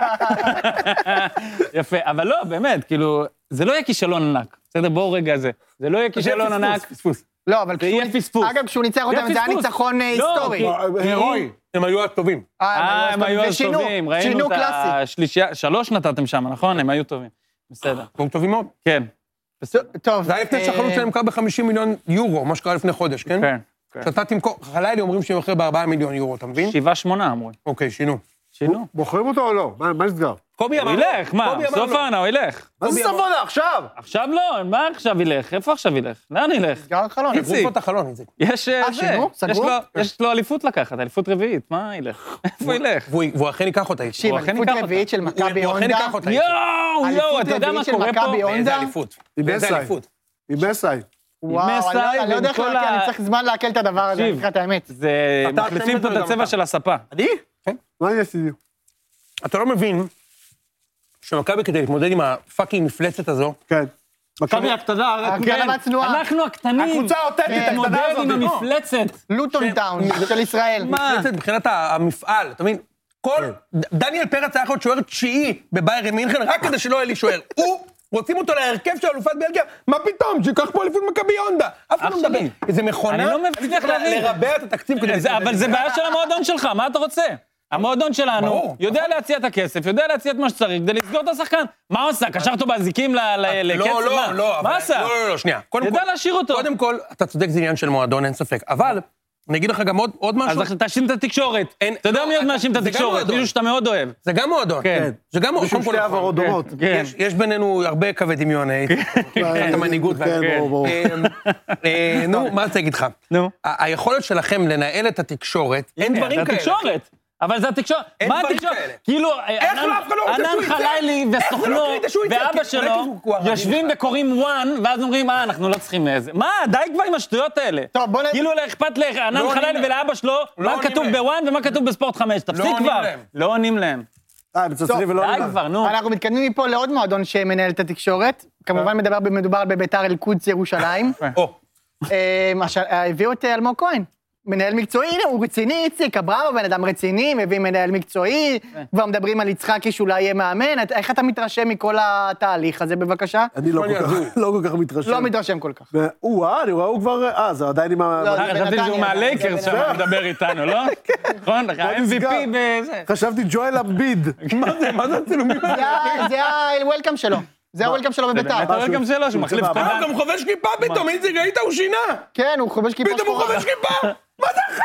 Speaker 4: יפה. יפה, אבל לא, באמת, כאילו, זה לא יהיה כישלון ענק. בסדר, בואו רגע זה. זה לא יהיה כישלון ענק.
Speaker 3: פספוס.
Speaker 1: לא, אבל
Speaker 4: זה יהיה פספוס.
Speaker 1: אגב, כשהוא ניצח אותם, זה היה ניצחון היסטורי.
Speaker 2: הירואי.
Speaker 3: הם היו הטובים.
Speaker 4: אה, הם היו טובים. ראינו את השלישייה, שלוש נתתם שם, נכון? הם היו טובים. בסדר.
Speaker 3: הם טובים מאוד.
Speaker 4: כן.
Speaker 1: טוב.
Speaker 3: זה היה לפני שהחלוץ שלהם נמכר ב-חמישים מיליון יורו, מה שקרה לפני חודש, כן?
Speaker 4: כן.
Speaker 3: כשאתה תמכור, חלילי אומרים שהם אחרי ב-ארבעה מיליון יורו, אתה מבין?
Speaker 4: שבעה שמונה אמרו.
Speaker 3: אוקיי, שינו.
Speaker 4: שינו.
Speaker 2: בוחרים אותו או לא? מה נסגר?
Speaker 3: קובי
Speaker 4: הוא
Speaker 3: אמר.
Speaker 4: ילך, מה? סוף העונה, הוא ילך.
Speaker 2: מה זה סוף העונה? עכשיו?
Speaker 4: עכשיו לא, מה עכשיו ילך? איפה עכשיו ילך? לאן ילך?
Speaker 1: סגר החלון.
Speaker 3: איציק. איפה את החלון, איציק?
Speaker 4: יש זה.
Speaker 1: שינו? סגרו?
Speaker 4: יש לו אליפות לקחת, אליפות רביעית, מה ילך? איפה ילך?
Speaker 3: והוא אכן ייקח אותה, איציק.
Speaker 1: תקשיב, אליפות רביעית של מכבי
Speaker 3: הוא אכן
Speaker 1: הונדה.
Speaker 3: ייקח אותה, איציק.
Speaker 4: יואו, יואו, אתה יודע מה קורה פה?
Speaker 3: איזה אליפות.
Speaker 2: עם
Speaker 3: איזה
Speaker 2: מסאי.
Speaker 3: אליפות.
Speaker 2: עם מסאי.
Speaker 1: וואו, אני לא יודע איך להקל, אני צריך זמן להקל את הדבר הזה, אני אקרא את האמת.
Speaker 4: זה מחליפים פה את הצבע של הספה.
Speaker 2: אני?
Speaker 3: כן.
Speaker 2: מה אני עשיתי?
Speaker 3: אתה לא מבין שמכבי כדי להתמודד עם הפאקינג מפלצת הזו,
Speaker 2: כן. מכבי הקטנה,
Speaker 1: הגנה הצנועה.
Speaker 4: אנחנו הקטנים.
Speaker 2: הקבוצה האותנטית, הקטנה
Speaker 4: להתמודד
Speaker 2: הזאת.
Speaker 4: עם המפלצת.
Speaker 1: לוטון טאון של ישראל.
Speaker 3: מפלצת מבחינת המפעל, אתה מבין? כל, דניאל פרץ היה יכול להיות שוער תשיעי בביירן מינכן, רק כדי שלא יהיה לי שוער. הוא, רוצים אותו להרכב של אלופת בלגיה, מה פתאום, שיקח פה אליפות מכבי הונדה. אף אחד לא מדבר. איזה מכונה,
Speaker 4: אני לא מצליח להבין.
Speaker 3: לרבע את התקציב כדי...
Speaker 4: אבל זה בעיה של המועדון שלך, מה אתה רוצה? המועדון שלנו יודע להציע את הכסף, יודע להציע את מה שצריך, כדי לסגור את השחקן. מה הוא עשה? קשר אותו באזיקים לקצב?
Speaker 3: לא, לא, לא.
Speaker 4: מה עשה?
Speaker 3: לא, לא, לא, שנייה.
Speaker 4: ידע להשאיר אותו.
Speaker 3: קודם כל, אתה צודק, זה עניין של מועדון, אין ספק. אבל, אני אגיד לך גם עוד משהו.
Speaker 4: אז תאשים את התקשורת. אתה יודע מי עוד מאשים את התקשורת? מישהו שאתה מאוד אוהב.
Speaker 3: זה גם מועדון.
Speaker 4: כן.
Speaker 3: זה גם מועדון.
Speaker 2: שתי עברות דומות.
Speaker 3: יש בינינו הרבה קווי דמיון, את המנהיגות.
Speaker 2: כן, ברור, ברור.
Speaker 3: נו, מה רוצה להגיד לך?
Speaker 4: נו.
Speaker 3: היכולת שלכם לנהל את התקשורת, אין דברים כאלה.
Speaker 4: זה התקשורת. אבל זה התקשורת.
Speaker 3: אין
Speaker 4: מה
Speaker 3: דברים
Speaker 4: התקשורת?
Speaker 3: כאלה.
Speaker 4: כאילו,
Speaker 3: איך לא אף אחד לא רוצה שהוא יצא?
Speaker 4: ענן חלילי וסוכנו ואבא
Speaker 3: כי-
Speaker 4: שלו
Speaker 3: הוא ערבי
Speaker 4: יושבים
Speaker 3: בכלל.
Speaker 4: וקוראים וואן, ואז אומרים, אה, אנחנו לא צריכים איזה. מה, די כבר עם השטויות האלה.
Speaker 1: טוב, בוא נ-
Speaker 4: כאילו אכפת לענן
Speaker 3: עונים
Speaker 4: חלילי
Speaker 3: להם.
Speaker 4: ולאבא שלו,
Speaker 3: לא
Speaker 4: מה
Speaker 3: עונים
Speaker 4: כתוב
Speaker 3: להם.
Speaker 4: בוואן ומה כתוב בספורט חמש. תפסיק
Speaker 3: עונים
Speaker 4: כבר.
Speaker 3: להם.
Speaker 4: לא עונים להם.
Speaker 2: אה, מצלצלים ולא...
Speaker 4: די כבר, נו.
Speaker 1: אנחנו מתקדמים מפה לעוד מועדון שמנהל את התקשורת. כמובן מדבר- מדובר בביתר אל-קודס ירושלים.
Speaker 3: או,
Speaker 1: אה, מה ש- אה, הביאו את אלמוג כהן. מנהל מקצועי, הנה, הוא רציני, איציק, אברהם, בן אדם רציני, מביא מנהל מקצועי, כבר מדברים על יצחקי שאולי יהיה מאמן, את- איך אתה מתרשם מכל התהליך הזה, בבקשה?
Speaker 2: אני לא
Speaker 3: אני
Speaker 2: כל כך-
Speaker 3: הזוי.
Speaker 2: לא כל כך מתרשם.
Speaker 1: לא מתרשם כל כך.
Speaker 2: או, אה, אני רואה, הוא כבר... אה, זה עדיין עם ה...
Speaker 1: לא,
Speaker 4: אה, חשבתי
Speaker 1: בנתניה,
Speaker 4: שהוא
Speaker 1: זה
Speaker 4: מהלייקרס שם
Speaker 1: בנתניה.
Speaker 4: מדבר איתנו, לא? נכון? ה-אם וי פי בזה.
Speaker 2: חשבתי ג'ואל אמביד.
Speaker 3: מה זה, מה זה הצילומים
Speaker 1: זה ה- זה ה-וולקאם שלו. זה ה-וולקאם שלו
Speaker 4: זה
Speaker 1: בביתר.
Speaker 4: באמת הרקם שלו, שהוא מחליף
Speaker 2: אה,
Speaker 3: אה,
Speaker 4: קדן.
Speaker 3: הוא גם חובש כיפה פתאום, איציק, ראית, הוא שינה.
Speaker 1: כן, הוא חובש כיפה
Speaker 3: פתאום הוא
Speaker 1: שחורה.
Speaker 3: חובש כיפה. מה זה אחר?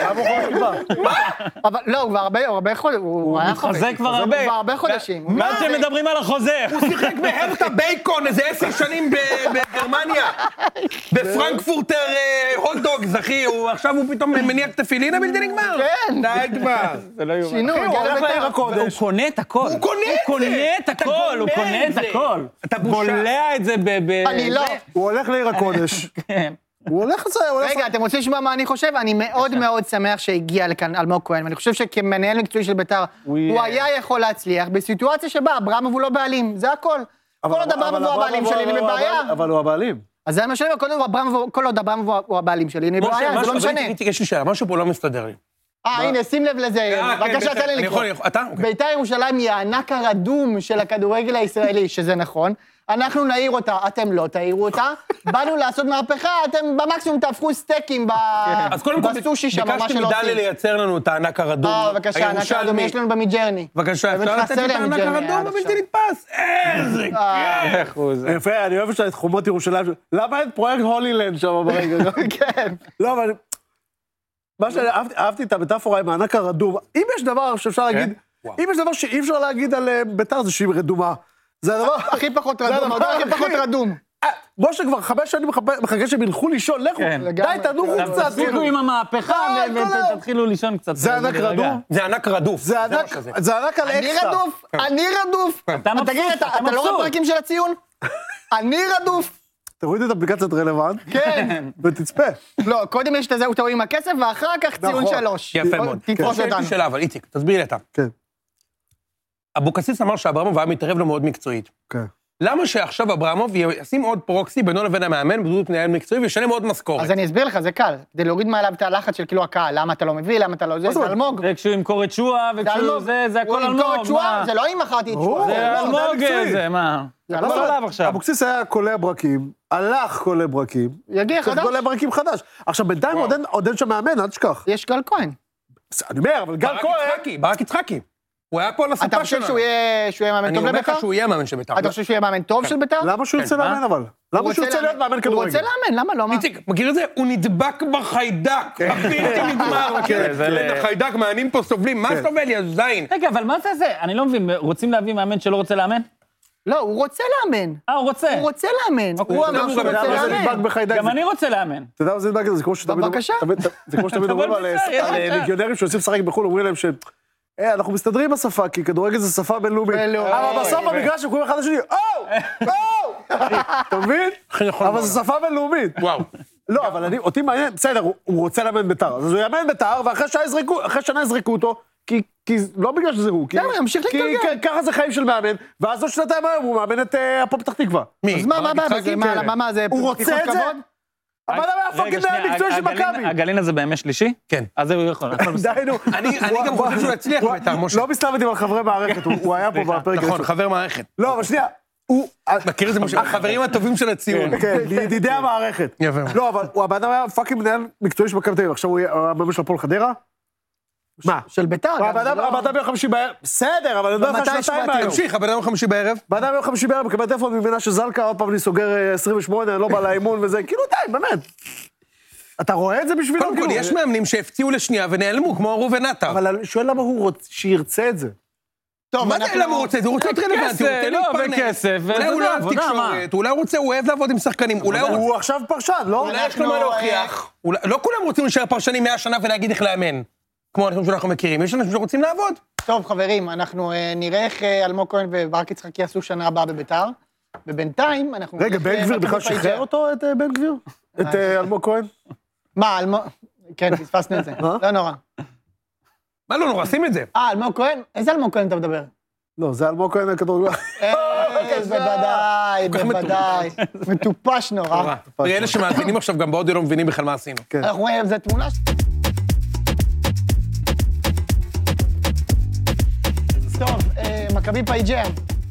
Speaker 2: למה הוא חובש כיפה?
Speaker 1: אבל לא, הוא כבר הרבה, הוא הרבה חודשים. הוא
Speaker 4: מתחזק כבר הרבה.
Speaker 1: הוא כבר הרבה חודשים.
Speaker 4: מה שהם מדברים על החוזר?
Speaker 3: הוא שיחק בהרטה בייקון איזה עשר שנים בגרמניה. בפרנקפורטר הוטדוגס, אחי. עכשיו הוא פתאום מניח תפילין הבלתי נגמר.
Speaker 1: כן.
Speaker 3: די כבר.
Speaker 4: זה לא יאומן.
Speaker 1: שינו,
Speaker 2: הוא הולך לעיר הקודש.
Speaker 4: הוא קונה את הכל.
Speaker 3: הוא קונה את זה.
Speaker 4: הוא קונה את הכל, הוא קונה את הכל.
Speaker 3: אתה בושה.
Speaker 4: בולע את זה ב...
Speaker 1: אני לא.
Speaker 2: הוא הולך לעיר הקודש.
Speaker 4: כן.
Speaker 2: הוא הולך לזה, הוא הולך...
Speaker 1: רגע, אתם רוצים לשמוע מה אני חושב? אני מאוד מאוד שמח שהגיע לכאן אלמוג כהן, ואני חושב שכמנהל מקצועי של בית"ר, הוא היה יכול להצליח בסיטואציה שבה אברמוב הוא לא בעלים, זה הכל. כל עוד אברמוב הוא הבעלים שלי, אני בבעיה.
Speaker 2: אבל הוא הבעלים. אז
Speaker 1: זה מה שאני אומר, כל עוד אברמוב הוא הבעלים שלי, אני בבעיה, זה לא משנה.
Speaker 3: יש לי שאלה, משהו פה לא מסתדר לי.
Speaker 1: אה, הנה, שים לב לזה, בבקשה, תן לי לקרוא.
Speaker 3: אתה?
Speaker 1: בית"ר ירושלים היא הענק הרדום של הכדורגל הישראלי, שזה נכון. אנחנו נעיר אותה, אתם לא תעירו אותה. באנו לעשות מהפכה, אתם במקסימום תהפכו סטייקים בסושי שם, מה
Speaker 3: ביקשתי
Speaker 1: שלא
Speaker 3: מדליה
Speaker 1: עושים.
Speaker 3: לייצר לנו את הענק הרדום.
Speaker 1: אה, בבקשה, הענק הרדום יש לנו במידג'רני.
Speaker 3: בבקשה, אפשר לתת לי את הענק הרדום הבלתי נתפס? איזה כיף.
Speaker 4: איך הוא זה?
Speaker 2: יפה, אני אוהב שאתה את חומות ירושלים. למה אין פרויקט הולילנד שם ברגע?
Speaker 1: כן.
Speaker 2: לא, אבל... מה שאני אהבתי את המטאפורה עם הענק הרדום, אם יש דבר שאפשר להגיד, אם יש דבר שאי אפשר להגיד על בית"ר זה שהיא רדומה. זה הדבר...
Speaker 1: הכי פחות רדום, הדבר הכי פחות רדום.
Speaker 2: משה כבר חמש שנים מחכה שהם ילכו לישון, לכו, די, תנוחו קצת.
Speaker 4: תפסיקו עם המהפכה ותתחילו לישון קצת.
Speaker 2: זה ענק רדום?
Speaker 3: זה ענק רדוף.
Speaker 2: זה ענק על
Speaker 1: אני
Speaker 2: אקסטרה.
Speaker 1: רדוף, אני רדוף. תגיד, אתה לא רואה פרקים של הציון? אני רדוף.
Speaker 2: תוריד את אפליקציית רלוונט,
Speaker 1: כן,
Speaker 2: ותצפה.
Speaker 1: לא, קודם יש את זה, הוא תוריד עם הכסף, ואחר כך ציון שלוש.
Speaker 3: יפה מאוד.
Speaker 1: תתפוס
Speaker 3: יש
Speaker 1: אותנו.
Speaker 3: לי שאלה, אבל איציק, תסביר לי אתה.
Speaker 2: כן.
Speaker 3: אבוקסיס אמר שאברמוב היה מתערב לו מאוד מקצועית.
Speaker 2: כן.
Speaker 3: למה שעכשיו אברמוב ישים עוד פרוקסי בינו לבין המאמן, בדמות מנהל מקצועי, וישלם עוד משכורת?
Speaker 1: אז אני אסביר לך, זה קל. כדי להוריד מעליו את הלחץ של כאילו הקהל, למה אתה לא מביא, למה אתה לא זה, זה אלמוג.
Speaker 4: וכשהוא ימכור את שואה, וכשהוא זה, זה הכל אלמוג,
Speaker 1: הוא ימכור את שואה, זה לא אם מכרתי את שואה.
Speaker 4: זה אלמוג, זה מה? זה הכל עליו עכשיו.
Speaker 2: אבוקסיס היה קולע ברקים, הלך קולע ברקים.
Speaker 1: יגיע חדש.
Speaker 2: קולע ברקים חדש. עכשיו, בינתיים עוד אין שם מאמן, אל תשכח.
Speaker 1: יש גל כהן.
Speaker 2: אני אומר, אבל גל כהן...
Speaker 3: ברק יצחקי. הוא היה פה על הספה שלנו.
Speaker 1: אתה חושב שהוא יהיה מאמן טוב לבית"ר?
Speaker 3: אני אומר לך שהוא יהיה מאמן של בית"ר.
Speaker 1: אתה חושב שהוא יהיה מאמן טוב של בית"ר?
Speaker 2: למה שהוא ירצה לאמן אבל? למה שהוא ירצה להיות מאמן כדורגל?
Speaker 1: הוא רוצה לאמן, למה לא?
Speaker 3: איציק, מכיר את זה? הוא נדבק בחיידק, הבלתי נגמר, מכיר את זה? חיידק, מענים פה סובלים, מה סובל לי, הזין?
Speaker 4: רגע, אבל מה זה זה? אני לא מבין, רוצים להביא מאמן שלא רוצה לאמן?
Speaker 1: לא, הוא רוצה לאמן.
Speaker 4: אה, הוא רוצה?
Speaker 1: הוא רוצה לאמן. הוא אמר שהוא רוצה לאמן.
Speaker 4: גם אני רוצה לאמן.
Speaker 2: אתה יודע מה זה נדבק? זה כמו שתמיד...
Speaker 1: בבקשה.
Speaker 2: זה כמו שתמיד אומרים על ליגיונרים שיוצאים לשחק בחו"ל, אומרים להם ש... אנחנו מסתדרים בשפה, כי כדורגל זה שפה בינלאומית. אבל בסוף במגרש הם קוראים אחד לשני, או! או! אתה מבין? אבל זה שפה בינלאומית.
Speaker 3: וואו.
Speaker 2: לא, אבל אותי מעניין, בסדר, הוא רוצה לאמן בית"ר. אז הוא יאמן בית"ר, ואחרי שנה יזרקו אותו, כי לא בגלל שזה הוא.
Speaker 1: כן, הוא ימשיך להתגלגל.
Speaker 2: ככה זה חיים של מאמן, ואז עוד שנתיים היום הוא מאמן את הפועל פתח תקווה.
Speaker 3: מי?
Speaker 1: אז מה, מה הבעיה בזה? מה, זה
Speaker 2: הוא רוצה את זה? אבל למה היה פאקינג מנהל מקצועי של מכבי?
Speaker 4: הגליל הזה בימי שלישי?
Speaker 3: כן.
Speaker 4: אז הוא יכול.
Speaker 2: די נו.
Speaker 3: אני גם חושב שהוא יצליח בית"ר, משה.
Speaker 2: לא מסתלבטים על חברי מערכת, הוא היה פה בפרק.
Speaker 3: נכון, חבר מערכת.
Speaker 2: לא, אבל שנייה. הוא...
Speaker 3: מכיר את זה, משה? החברים הטובים של הציון.
Speaker 2: כן, ידידי המערכת.
Speaker 3: יפה.
Speaker 2: לא, אבל הוא הבן היה פאקינג מנהל מקצועי של מכבי תל אביב. עכשיו הוא המאמן של הפועל חדרה? מה?
Speaker 1: של בית"ר.
Speaker 2: הבן אדם ביום חמישי בערב, בסדר, אבל אני יודע לך שנתיים מהיום.
Speaker 3: תמשיך, הבן אדם ביום חמישי בערב.
Speaker 2: הבן אדם ביום חמישי בערב, מקבל טלפון ממנה שזלקה, עוד פעם אני סוגר עשרים ושמונה, אני לא בא לאימון וזה, כאילו די, באמת. אתה רואה את זה בשבילו?
Speaker 3: קודם כל, יש מאמנים שהפציעו לשנייה ונעלמו, כמו ראובן עטר.
Speaker 2: אבל אני שואל למה הוא שירצה את זה.
Speaker 1: טוב,
Speaker 3: מה זה למה הוא רוצה את זה? הוא רוצה להיות רלוונטי, הוא רוצה להתפרנס. אולי הוא לא אוהב תקשורת, אולי הוא רוצה, הוא אוהב לעבוד עם שחקנים.
Speaker 2: הוא עכשיו פרשן, לא?
Speaker 3: אולי יש לו מה להוכיח. לא כולם רוצים להישאר פרשנים מאה שנה ולהגיד איך לאמן. כמו אנשים שאנחנו מכירים, יש אנשים שרוצים לעבוד.
Speaker 1: טוב, חברים, אנחנו נראה איך אלמוג כהן וברק יצחקי יעשו שנה הבאה בבית"ר, ובינתיים אנחנו...
Speaker 2: רגע, בן גביר בכלל שחרר אותו, את בן גביר? את אלמוג כהן?
Speaker 1: מה, אלמוג... כן, פספסנו את זה, לא נורא.
Speaker 3: מה לא נורא, שים את זה.
Speaker 1: אה, אלמוג כהן? איזה אלמוג כהן אתה מדבר?
Speaker 2: לא, זה אלמוג כהן הכדורגלן.
Speaker 1: בוודאי, בוודאי. מטופש נורא.
Speaker 3: אלה שמאזינים עכשיו גם באודיו לא מבינים בכלל מה עשינו.
Speaker 1: אנחנו רואים, זה תמונה... טוב, מכבי פייג'ר.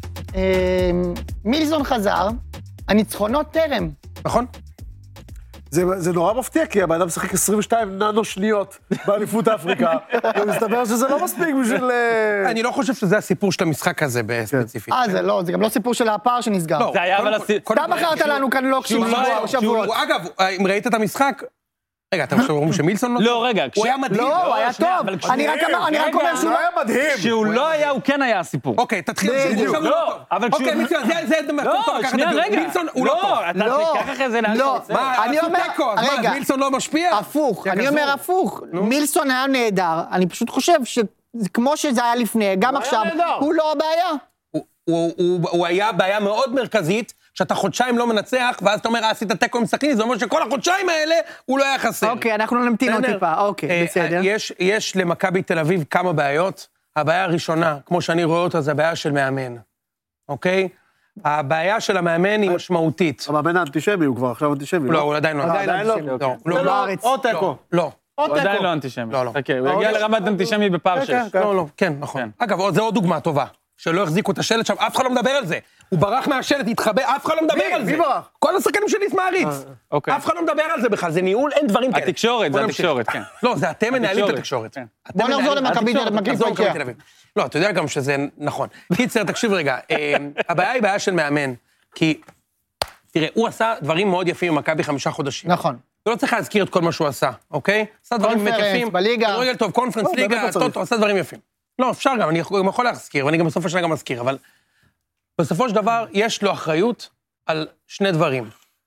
Speaker 1: מילזון חזר, הניצחונות טרם.
Speaker 3: נכון?
Speaker 2: זה נורא מפתיע, כי הבן אדם משחק עשרים ושתיים ננו שניות באליפות אפריקה, ומסתבר שזה לא מספיק בשביל...
Speaker 3: אני לא חושב שזה הסיפור של המשחק הזה בספציפית.
Speaker 1: אה, זה לא, זה גם לא סיפור של הפער שנסגר.
Speaker 4: זה היה אבל...
Speaker 1: אתה בחרת לנו כאן לא קשור שבועות.
Speaker 3: אגב, אם ראית את המשחק, רגע, אתם חושבים שמילסון לא טוב?
Speaker 4: לא, רגע.
Speaker 3: הוא היה מדהים.
Speaker 1: לא, הוא היה טוב. אני רק אומר שהוא
Speaker 2: לא היה מדהים.
Speaker 4: כשהוא לא היה, הוא כן היה הסיפור.
Speaker 3: אוקיי, תתחיל.
Speaker 4: לא, אבל כשהוא...
Speaker 3: אוקיי, מילסון, זה מקום טוב לקחת את זה. מילסון הוא לא טוב.
Speaker 4: לא, אתה תיקח אחרי זה לאן שאתה רוצה.
Speaker 3: מה, עשו תיקו, אז מה, מילסון לא משפיע?
Speaker 1: הפוך, אני אומר הפוך. מילסון היה נהדר, אני פשוט חושב שכמו שזה היה לפני, גם עכשיו, הוא לא הבעיה.
Speaker 3: הוא היה בעיה מאוד מרכזית, שאתה חודשיים לא מנצח, ואז אתה אומר, עשית תיקו עם סכנין, זה אומר שכל החודשיים האלה הוא לא היה חסר.
Speaker 1: אוקיי, אנחנו נמתין עוד טיפה, אוקיי, בסדר.
Speaker 3: יש למכבי תל אביב כמה בעיות. הבעיה הראשונה, כמו שאני רואה אותה, זה הבעיה של מאמן. אוקיי? הבעיה של המאמן היא משמעותית.
Speaker 2: המאמן האנטישמי, הוא כבר עכשיו אנטישמי.
Speaker 3: לא, הוא עדיין לא.
Speaker 2: עדיין לא?
Speaker 3: לא,
Speaker 2: לא, או תיקו.
Speaker 3: לא.
Speaker 4: הוא עדיין לא אנטישמי.
Speaker 3: לא, לא.
Speaker 4: אוקיי, הוא יגיע לרמת אנטישמי בפער שש.
Speaker 3: לא, לא, כן, נכון. אגב, זה עוד דוגמה טובה. שלא החזיקו את השלט שם, אף אחד לא מדבר על זה. הוא ברח מהשלט, התחבא, אף אחד לא מדבר על זה.
Speaker 2: מי ברח?
Speaker 3: כל השחקנים שלי מעריץ. אף אחד לא מדבר על זה בכלל, זה ניהול, אין דברים כאלה.
Speaker 4: התקשורת, זה התקשורת, כן.
Speaker 3: לא, זה אתם מנהלים את התקשורת.
Speaker 1: בוא נחזור למכבי תל אביב.
Speaker 3: לא, אתה יודע גם שזה נכון. קיצר, תקשיב רגע, הבעיה היא בעיה של מאמן, כי, תראה, הוא עשה דברים מאוד יפים במכבי חמישה חודשים.
Speaker 1: נכון.
Speaker 3: אתה לא צריך להזכיר את כל מה שהוא עשה, אוקיי? עשה דברים באמת יפים.
Speaker 1: בליגה.
Speaker 3: כדורגל טוב, קונפרנס, ליגה, טוטו, עשה דברים יפים. לא, אפשר גם, אני יכול להזכיר, ואני גם בסוף השנה גם מזכיר, אבל בסופו של דבר יש לו אחריות על שני דברים,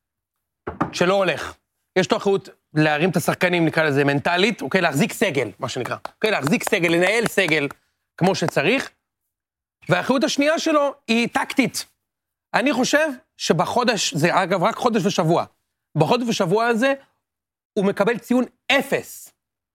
Speaker 3: שלא הולך. יש לו אחריות להרים את השחקנים, נקרא לזה מנטלית, אוקיי? להחזיק סגל, מה שנקרא. אוקיי? להחזיק סגל, לנהל סגל כמו שצריך, והאחריות השנייה שלו היא טקטית. אני חושב שבחודש, זה אגב רק חודש ושבוע, בחודש ושבוע הזה הוא מקבל ציון אפס.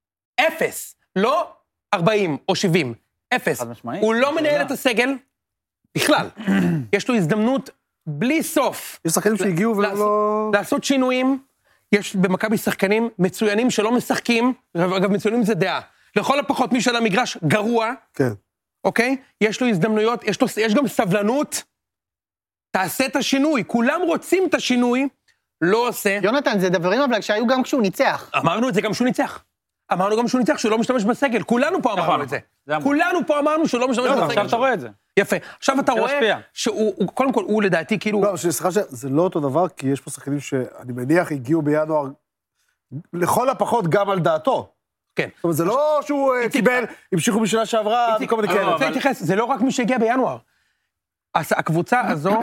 Speaker 3: אפס. לא ארבעים או שבעים. אפס. הוא לא מנהל את הסגל בכלל. יש לו הזדמנות בלי סוף.
Speaker 2: יש שחקנים שהגיעו ולא...
Speaker 3: לעשות שינויים. יש במכבי שחקנים מצוינים שלא משחקים, אגב מצוינים זה דעה. לכל הפחות מי של המגרש גרוע.
Speaker 2: כן.
Speaker 3: אוקיי? יש לו הזדמנויות, יש, לו, יש גם סבלנות. תעשה את השינוי. כולם רוצים את השינוי, לא עושה.
Speaker 1: יונתן, זה דברים אבל שהיו גם כשהוא ניצח.
Speaker 3: אמרנו את זה גם כשהוא ניצח. אמרנו גם שהוא ניצח, שהוא לא משתמש בסגל. כולנו פה אמרנו את זה. כולנו פה אמרנו שהוא לא משתמש בסגל.
Speaker 4: עכשיו אתה רואה את זה.
Speaker 3: יפה. עכשיו אתה רואה שהוא, קודם כל, הוא לדעתי כאילו...
Speaker 2: לא, סליחה, זה לא אותו דבר, כי יש פה שחקנים שאני מניח הגיעו בינואר, לכל הפחות גם על דעתו.
Speaker 3: כן.
Speaker 2: זאת אומרת, זה לא שהוא קיבל, המשיכו בשנה שעברה, וכל מיני כאלה.
Speaker 3: אני רוצה להתייחס, זה לא רק מי שהגיע בינואר. הקבוצה הזו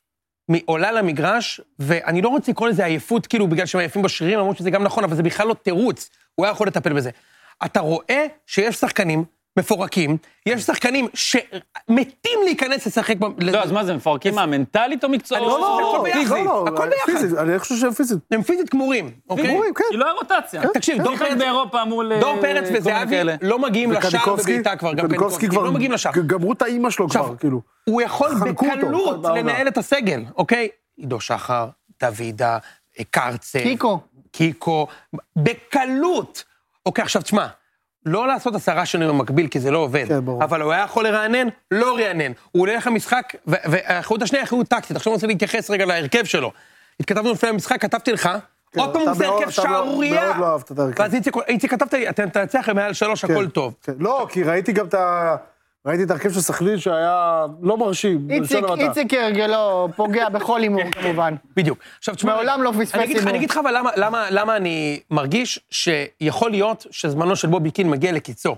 Speaker 3: עולה למגרש, ואני לא רוצה לקרוא לזה עייפות, כאילו, בגלל שהם עייפים בשרירים, למרות שזה גם נכון, אבל זה בכלל לא תירוץ. הוא היה יכול לטפל בזה. אתה רואה שיש שחקנים מפורקים, יש שחקנים שמתים להיכנס לשחק...
Speaker 4: לא, אז מה זה, מפורקים מהמנטלית או מקצועית?
Speaker 2: לא, לא,
Speaker 3: הכל ביחד, הכל ביחד.
Speaker 2: אני חושב שהם פיזית.
Speaker 3: הם פיזית גמורים, אוקיי?
Speaker 2: גמורים, כן.
Speaker 4: כי לא היה רוטציה.
Speaker 3: תקשיב, דור פרץ
Speaker 4: באירופה מול...
Speaker 3: דור פרץ וזהבי לא מגיעים לשער בביתה כבר, גם קניקובסקי כבר לא מגיעים לשער.
Speaker 2: גמרו את האימא שלו כבר, כאילו.
Speaker 3: הוא יכול בקלות לנהל את הסגל, אוקיי? עידו שחר, דוידה, קרצה,
Speaker 1: קיקו.
Speaker 3: קיקו, בקלות. אוקיי, עכשיו תשמע, לא לעשות עשרה שנים במקביל, כי זה לא עובד.
Speaker 2: כן, ברור.
Speaker 3: אבל הוא היה יכול לרענן, לא רענן. הוא עולה לך משחק, והאחריות השנייה, האחריות טקטית. עכשיו אני רוצה להתייחס רגע להרכב שלו. התכתבנו לפני המשחק, כתבתי לך, עוד פעם הוא עושה הרכב שערוריה.
Speaker 2: מאוד לא אהבת את הרכב.
Speaker 3: ואז איציק כתבת לי, אתם תנצח מעל שלוש, הכל טוב.
Speaker 2: לא, כי ראיתי גם את ה... ראיתי את הרכב של סכנין שהיה לא מרשים.
Speaker 1: איציק הרגלו פוגע בכל הימור כמובן.
Speaker 3: בדיוק. עכשיו תשמע,
Speaker 1: מעולם לא פספס הימור.
Speaker 3: אני אגיד לך אבל למה אני מרגיש שיכול להיות שזמנו של בובי קין מגיע לקיצו.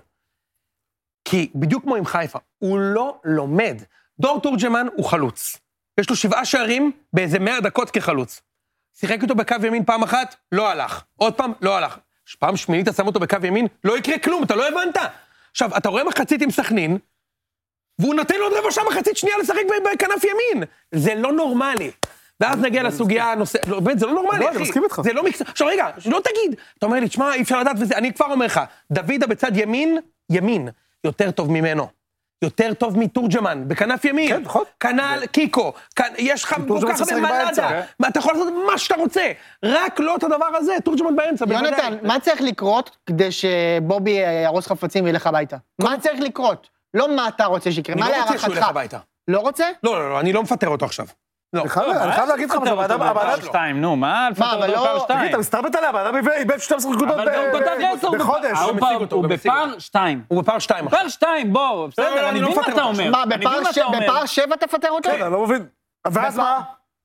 Speaker 3: כי בדיוק כמו עם חיפה, הוא לא לומד. דור תורג'מן הוא חלוץ. יש לו שבעה שערים באיזה מאה דקות כחלוץ. שיחק אותו בקו ימין פעם אחת, לא הלך. עוד פעם, לא הלך. פעם שמינית שם אותו בקו ימין, לא יקרה כלום, אתה לא הבנת. עכשיו, אתה רואה מחצית עם סכנין, והוא נותן לו עוד רבע שעה מחצית שנייה לשחק בכנף ימין. זה לא נורמלי. ואז נגיע לסוגיה הנושא... לא, באמת, זה לא נורמלי, אחי. זה לא מקצוע... עכשיו, רגע, לא תגיד. אתה אומר לי, תשמע, אי אפשר לדעת וזה... אני כבר אומר לך, דוידה בצד ימין, ימין, יותר טוב ממנו. יותר טוב מתורג'מן, בכנף ימין.
Speaker 2: כן, נכון.
Speaker 3: כנ"ל קיקו. יש לך כל כך הרבה מלאדה. אתה יכול לעשות מה שאתה רוצה. רק לא את הדבר הזה, תורג'מן באמצע.
Speaker 1: יונתן, מה צריך לקרות כדי שבובי ירוס חפצים וילך הביתה? מה צריך לקרות? לא מה אתה רוצה שיקרה, מה להערכתך?
Speaker 3: אני לא רוצה שהוא ילך הביתה.
Speaker 1: לא רוצה?
Speaker 3: לא, לא, לא, אני לא מפטר אותו עכשיו.
Speaker 2: אני חייב להגיד לך,
Speaker 4: הוועדה שתיים, נו, מה?
Speaker 1: מה, אבל לא...
Speaker 2: תגיד, אתה מסתרבט עליה, הוועדה איבד שתים עשרה נקודות
Speaker 4: בחודש. הוא בפער שתיים.
Speaker 3: הוא בפער שתיים.
Speaker 4: בפער שתיים, בוא, בסדר, אני מבין מה אתה אומר.
Speaker 1: מה, בפער שבע תפטר אותו?
Speaker 2: כן, אני לא מבין. ואז מה?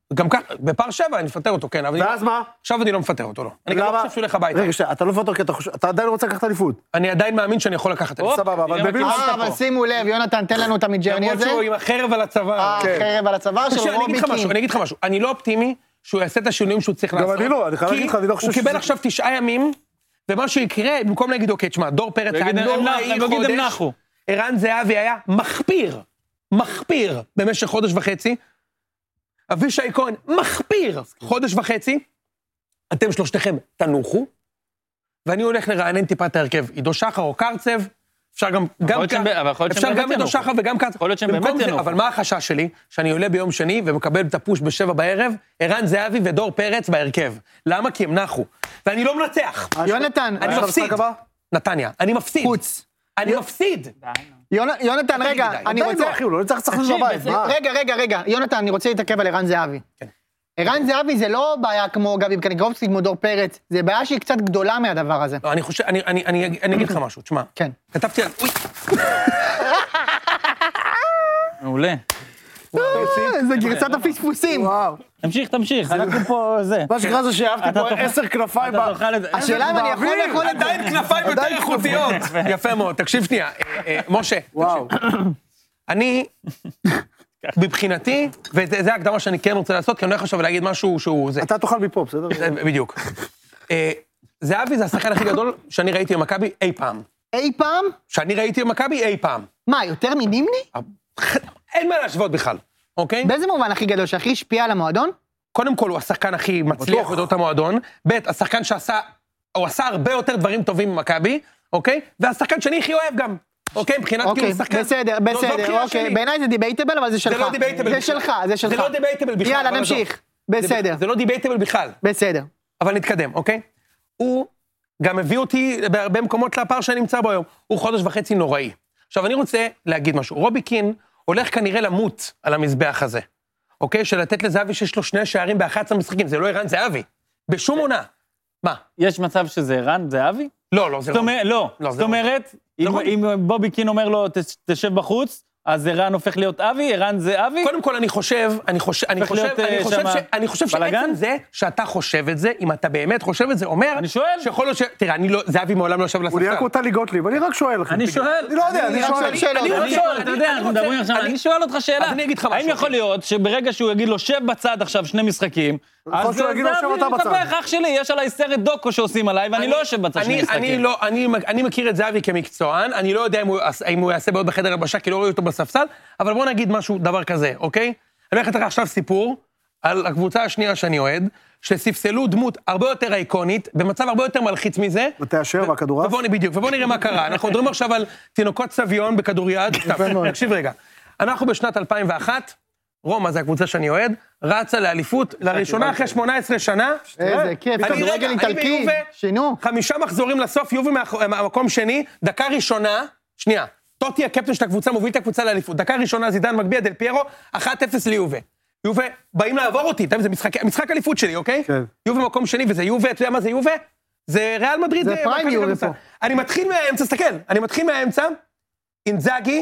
Speaker 3: גם ככה, בפער שבע אני מפטר אותו, כן.
Speaker 2: ואז מה?
Speaker 3: עכשיו אני לא מפטר אותו, לא. אני גם לא חושב שהוא הולך הביתה.
Speaker 2: רגע, אתה לא מפטר כי אתה עדיין רוצה לקחת אליפות.
Speaker 3: אני עדיין מאמין שאני יכול לקחת אליפות.
Speaker 2: סבבה, אבל בביל...
Speaker 1: אה, אבל שימו לב, יונתן, תן לנו את המידג'רני הזה.
Speaker 3: למרות שהוא עם החרב על הצוואר.
Speaker 1: החרב על הצוואר של רובי קין.
Speaker 3: אני אגיד לך משהו, אני לא אופטימי שהוא יעשה את השינויים שהוא צריך לעשות.
Speaker 2: גם אני לא, אני חייב להגיד לך, אני לא חושב
Speaker 3: הוא קיבל עכשיו תשעה ימים, ומה שיקרה, במקום להגיד, אוקיי, תשמע, דור פרץ היה נוראי חודש, ערן זהבי היה מחפיר, מחפיר במשך חודש וחצי, אבישי כהן מחפיר חודש וחצי, אתם שלושתכם תנוחו, ואני הולך לרענן טיפה את ההרכב, עידו שחר או קרצב, אפשר גם, גם, אפשר גם עידו שחר וגם קרצב,
Speaker 4: יכול להיות שהם באמת תנוחו.
Speaker 3: אבל מה החשש שלי? שאני עולה ביום שני ומקבל את הפוש בשבע בערב, ערן זהבי ודור פרץ בהרכב. למה? כי הם נחו. ואני לא מנצח.
Speaker 1: יונתן,
Speaker 3: אני מפסיד. נתניה, אני מפסיד.
Speaker 1: חוץ.
Speaker 3: אני מפסיד.
Speaker 1: יונתן, רגע, אני רוצה...
Speaker 2: אחי, הוא לא צריך לצחק בבית.
Speaker 1: רגע, רגע, רגע, יונתן, אני רוצה להתעכב על ערן זהבי. ערן זהבי זה לא בעיה כמו גבי קניקובסקי, כמו דור פרץ, זה בעיה שהיא קצת גדולה מהדבר הזה.
Speaker 3: לא, אני חושב, אני אגיד לך משהו, תשמע.
Speaker 1: כן.
Speaker 3: כתבתי על... אוי.
Speaker 4: מעולה.
Speaker 1: זה גרסת הפספוסים.
Speaker 2: וואו.
Speaker 4: תמשיך, תמשיך, אנחנו פה זה.
Speaker 2: מה שקרה זה שאהבתי פה עשר כנפיים.
Speaker 1: השאלה אם אני יכול לאכול את זה.
Speaker 3: עדיין כנפיים יותר איכותיות. יפה מאוד, תקשיב שנייה. משה,
Speaker 2: וואו.
Speaker 3: אני, מבחינתי, וזה ההקדמה שאני כן רוצה לעשות, כי אני לא חושב להגיד משהו שהוא זה.
Speaker 2: אתה תאכל מפה, בסדר?
Speaker 3: בדיוק. זהבי זה השחקן הכי גדול שאני ראיתי במכבי אי פעם.
Speaker 1: אי פעם?
Speaker 3: שאני ראיתי במכבי אי פעם.
Speaker 1: מה, יותר מנימני?
Speaker 3: אין מה להשוות בכלל, אוקיי?
Speaker 1: באיזה מובן הכי גדול, שהכי השפיע על המועדון?
Speaker 3: קודם כל הוא השחקן הכי מצליח בתוך המועדון, ב' השחקן שעשה, הוא עשה הרבה יותר דברים טובים במכבי, אוקיי? והשחקן שאני הכי אוהב גם, אוקיי? מבחינת כאילו שחקן.
Speaker 1: בסדר, בסדר, אוקיי. בעיניי זה דיבייטבל, אבל זה שלך.
Speaker 3: זה לא דיבייטבל.
Speaker 1: זה שלך, זה שלך.
Speaker 3: זה לא דיבייטבל בכלל.
Speaker 1: יאללה, נמשיך. בסדר.
Speaker 3: זה לא דיבייטבל בכלל.
Speaker 1: בסדר.
Speaker 3: אבל נתקדם, אוקיי? הוא גם הביא אותי בהרבה מקומות לפער שאני נמצא בו היום. הוא חודש וחצי נוראי. עכשיו, אני רוצה להגיד משהו. רובי קין הולך כנראה למות על המזבח הזה. אוקיי? שלתת לזהבי שיש לו שני שערים ב-אחד עשר משחקים. זה לא ערן זהבי. בשום עונה. מה?
Speaker 4: יש מצב שזה ערן זהבי?
Speaker 3: לא, לא, זה לא.
Speaker 4: לא. זאת אומרת, אם בובי קין אומר לו, תשב בחוץ, אז ערן הופך להיות אבי, ערן זה אבי?
Speaker 3: קודם כל, אני חושב, אני חושב, אני חושב, אני חושב, אני חושב שעצם זה, שאתה חושב את זה, אם אתה באמת חושב את זה, אומר,
Speaker 4: אני שואל.
Speaker 3: שיכול להיות ש... תראה, אני לא, זהבי מעולם לא יושב לספסל.
Speaker 2: הוא נראה כמו טלי גוטליב, אני רק שואל לכם.
Speaker 4: אני שואל.
Speaker 2: אני לא יודע, אני שואל.
Speaker 3: אני רק שואל,
Speaker 4: אתה יודע, אנחנו מדברים עכשיו, אני שואל אותך שאלה.
Speaker 3: אז אני אגיד לך משהו.
Speaker 4: האם יכול להיות שברגע שהוא יגיד לו, שב בצד עכשיו שני משחקים, אז זהבי מתהפך, אח שלי, יש עליי סרט דוקו שעושים עליי, ואני לא יושב בצד שני משחקים.
Speaker 3: אני מכיר את זהבי כמקצוען, אני לא יודע אם הוא יעשה בעוד בחדר הלבשה, כי לא רואה אותו בספסל, אבל בוא נגיד משהו, דבר כזה, אוקיי? אני הולך לתת לך עכשיו סיפור על הקבוצה השנייה שאני אוהד, שספסלו דמות הרבה יותר אייקונית, במצב הרבה יותר מלחיץ מזה.
Speaker 2: מתי השאר והכדורעף?
Speaker 3: בדיוק, ובוא נראה מה קרה. אנחנו מדברים עכשיו על תינוקות סביון בכדוריד. תקשיב רגע. אנחנו בשנת אלפיים ואחת, רומא, זו הקבוצה שאני אוהד, רצה לאליפות, לראשונה אחרי שמונה עשרה שנה.
Speaker 1: איזה כיף, כדורגל איטלקי, שינו.
Speaker 3: חמישה מחזורים לסוף, יובי מהמקום שני, דקה ראשונה, שנייה, טוטי הקפטן של הקבוצה מוביל את הקבוצה לאליפות, דקה ראשונה זידן מגביה דל פיירו, אחת אפס ליובה. יובה, באים לעבור אותי, זה משחק אליפות שלי, אוקיי? כן. יובה מקום שני, וזה יובה, אתה יודע מה זה יובה? זה ריאל מדריד.
Speaker 1: זה פריים יובה פה.
Speaker 3: אני מתחיל מהאמצע, תסתכל, אני מתחיל מהאמצע, אינזאגי,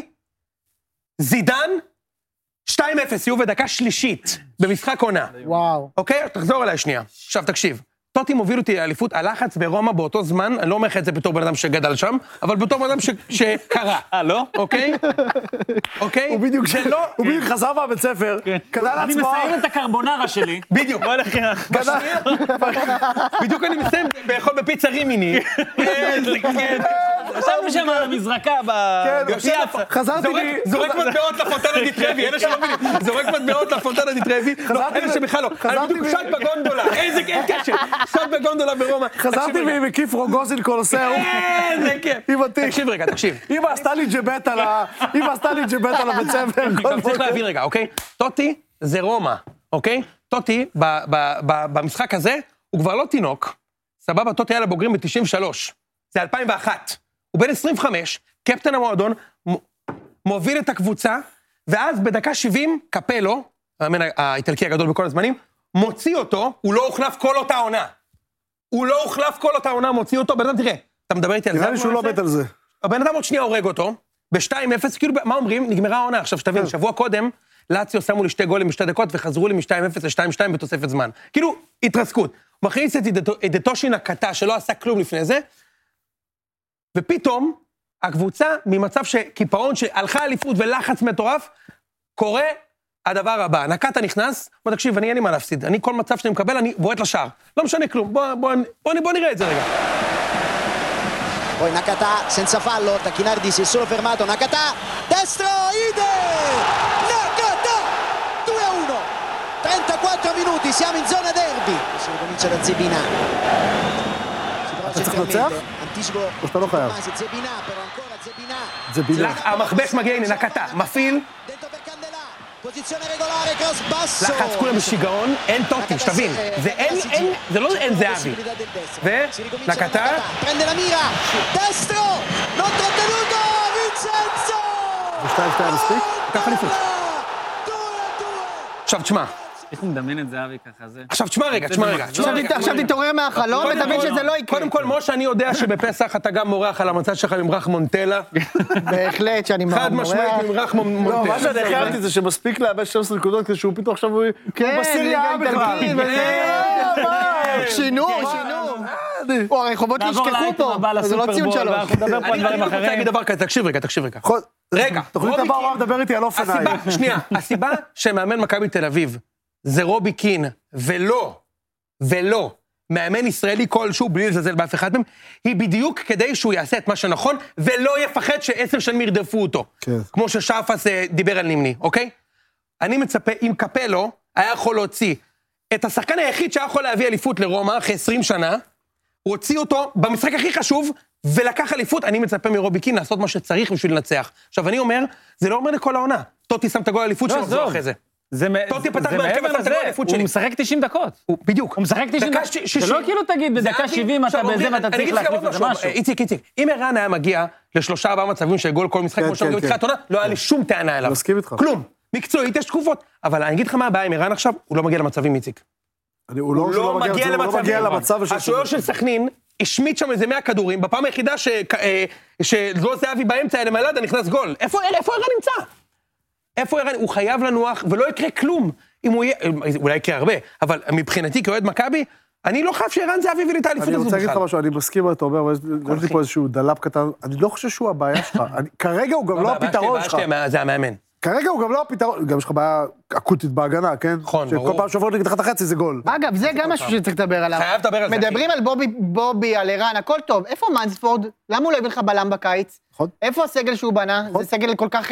Speaker 3: זידן, שתיים אפס, יובה דקה שלישית, במשחק עונה.
Speaker 1: וואו.
Speaker 3: אוקיי? תחזור אליי שנייה. עכשיו, תקשיב. טוטי מוביל אותי לאליפות, הלחץ ברומא באותו זמן, אני לא אומר לך את זה בתור בן אדם שגדל שם, אבל בתור בן אדם שקרה.
Speaker 4: אה, לא?
Speaker 3: אוקיי? אוקיי?
Speaker 2: הוא בדיוק חזר מהבית ספר, קנה לעצמו...
Speaker 4: אני מסיים את הקרבונרה שלי.
Speaker 3: בדיוק. בדיוק אני מסיים באכול בפיצה רימיני. איזה כן.
Speaker 4: ישבנו שם על המזרקה בפיאצה.
Speaker 2: חזרתי לי...
Speaker 3: זורק מטבעות לפונטנה די טרבי, אלה שלא מבינים. זורק מטבעות לפונטנה די טרבי. אלה שבכלל לא. אני בדיוק שט בגונדולה. איזה קשר. שט בגונדולה ברומא.
Speaker 2: חזרתי לי מקיף רוגוזין קולוסאו.
Speaker 3: איזה כיף.
Speaker 2: עם התיק.
Speaker 3: תקשיב רגע, תקשיב.
Speaker 2: אמא עשתה לי ג'בט על ה... אמא עשתה לי ג'בט על הבית ספר.
Speaker 3: גם צריך להבין רגע, אוקיי? טוטי זה רומא, אוקיי? טוטי במשחק הזה הוא כבר לא תינוק. סבבה, טוטי היה לבוגרים ב-תשעים ושלוש. זה אלפיים ואחת. הוא בן עשרים וחמש, קפטן המועדון, מוביל את הקבוצה, ואז בדקה שבעים, קפלו, המאמן האיטלקי הגדול בכל הזמנים, מוציא אותו, הוא לא הוחלף כל אותה עונה. הוא לא הוחלף כל אותה עונה, מוציא אותו, בן אדם תראה, אתה מדבר איתי על זה?
Speaker 2: נראה לי שהוא לא בית על זה.
Speaker 3: הבן אדם עוד שנייה הורג אותו, ב-שתיים אפס, כאילו, מה אומרים? נגמרה העונה. עכשיו, שתבין, שבוע קודם, לאציו שמו לי שתי גולים בשתי דקות, וחזרו לי מ-שתיים אפס ל-שתיים שתיים בתוספת זמן. כאילו, התרסקות. הוא מכניס את דטושי נקטה, שלא עשה כלום לפני זה, ופתאום, הקבוצה, ממצב שקיפאון, שהלכה אליפות ולחץ מטורף, קורה הדבר הבא. נקטה נכנס, בוא תקשיב, אני אין לי מה להפסיד. אני כל מצב שאני מקבל, אני בועט לשער. לא משנה כלום. בוא, בוא, בוא, בוא nirאה את זה רגע.
Speaker 5: Poi Nakata senza fallo, Tacchinardi si è solo fermato, Nakata, destro, Ide! Nakata! due a uno, trentaquattro minuti, siamo in zona derby. Si ricomincia da Zebina. Si prova centralmente, anticipo Tomasi, Zebina, però ancora Zebina.
Speaker 2: Zebina.
Speaker 3: המחבש מגיע, הנה, נקטה, מפעיל.
Speaker 5: Dentro per Candela, posizione regolare, cross basso.
Speaker 3: לחץ כולם בשיגעון, אין טוטי, שתבין. זה אין, אין, זה לא אין זהבי. ונקטה.
Speaker 5: prende la mira, destro, non trattenuto, Vincenzo!
Speaker 2: ושתיים שתיים מספיק?
Speaker 3: ככה אליפות. עכשיו תשמע.
Speaker 4: איך הוא מדמיין את זהבי ככה, זה...
Speaker 3: עכשיו תשמע רגע, תשמע רגע.
Speaker 1: עכשיו תתעורר מהחלום ותבין שזה לא יקרה.
Speaker 3: קודם כל, משה, אני יודע שבפסח אתה גם מורח על המצד שלך ממרח מונטלה.
Speaker 1: בהחלט שאני מורח.
Speaker 3: חד משמעית ממרח מונטלה.
Speaker 2: לא, מה שאני הכרתי זה שמספיק לאבד שתים עשרה נקודות כדי שהוא פתאום עכשיו הוא...
Speaker 1: כן,
Speaker 2: ליגה איטלקית
Speaker 1: בכלל. שינו, שינו. או, הרחובות נשכחו פה, זה לא ציון שלוש.
Speaker 4: אנחנו נדבר פה על דברים
Speaker 3: אני רוצה
Speaker 4: אחרים.
Speaker 3: להגיד דבר כזה, תקשיב רגע, תקשיב רגע. רגע,
Speaker 2: תוכנית הבאה הוא מדבר איתי על אופניים.
Speaker 3: הסיבה, שנייה, הסיבה שמאמן מכבי תל אביב זה רובי קין, ולא, ולא, מאמן ישראלי כלשהו, בלי לזלזל באף אחד מהם, היא בדיוק כדי שהוא יעשה את מה שנכון, ולא יפחד שעשר שנים ירדפו אותו.
Speaker 2: כן.
Speaker 3: כמו ששאפס דיבר על נימני, אוקיי? אני מצפה, אם קפלו היה יכול להוציא את השחקן היחיד שהיה יכול להביא אליפות לרומא אחרי עשרים שנה, הוא הוציא אותו במשחק הכי חשוב, ולקח אליפות, אני מצפה מרובי קין לעשות מה שצריך בשביל לנצח. עכשיו, אני אומר, זה לא אומר לכל העונה. טוטי שם את הגול אליפות שלו, זה אחרי זה.
Speaker 4: זה מעבר לזה, הוא משחק תשעים דקות.
Speaker 3: בדיוק.
Speaker 4: הוא משחק תשעים דקות. זה לא כאילו תגיד, בדקה שבעים אתה בזה ואתה צריך להחליף את זה משהו.
Speaker 3: איציק, איציק, אם ערן היה מגיע לשלושה ארבעה מצבים של גול כל משחק, כמו שאומרים בתחילת העונה, לא היה לי שום טענה אליו.
Speaker 2: מסכים איתך.
Speaker 3: כלום. מקצועית יש תקופות. אבל אני אגיד לך מה הבעיה עם ערן עכשיו, הוא לא מגיע למצבים, איציק.
Speaker 2: הוא לא מגיע למצב.
Speaker 3: השוער של סכנין השמיט שם איזה מאה כדורים, בפעם היחידה שלא זהבי באמצע אלה מלדה נכנס גול. איפה ערן נמצא? איפה ערן? הוא חייב לנוח, ולא יקרה כלום. אם הוא יהיה, אולי יקרה הרבה, אבל מבחינתי, כאוהד מכבי, אני לא חייב שערן זהבי הביא לי את האליפות הזו בכלל.
Speaker 2: אני רוצה להגיד לך משהו, אני מסכים מה אתה אומר, יש לי פה איזשהו דלאפ קטן, אני לא חושב שהוא הבעיה שלך, כרגע הוא גם לא הפתרון שלך.
Speaker 3: זה המאמן.
Speaker 2: כרגע הוא גם לא הפתרון, גם יש לך בעיה אקוטית בהגנה, כן?
Speaker 3: נכון, ברור.
Speaker 2: שכל פעם שעוברות נגד תחת החצי זה גול.
Speaker 1: אגב, זה גם משהו שצריך לדבר עליו.
Speaker 3: חייב לדבר על זה.
Speaker 1: מדברים על בובי, על ערן, הכל טוב. איפה מנספורד? למה הוא לא הביא לך בלם בקיץ? איפה הסגל שהוא בנה? זה סגל כל כך...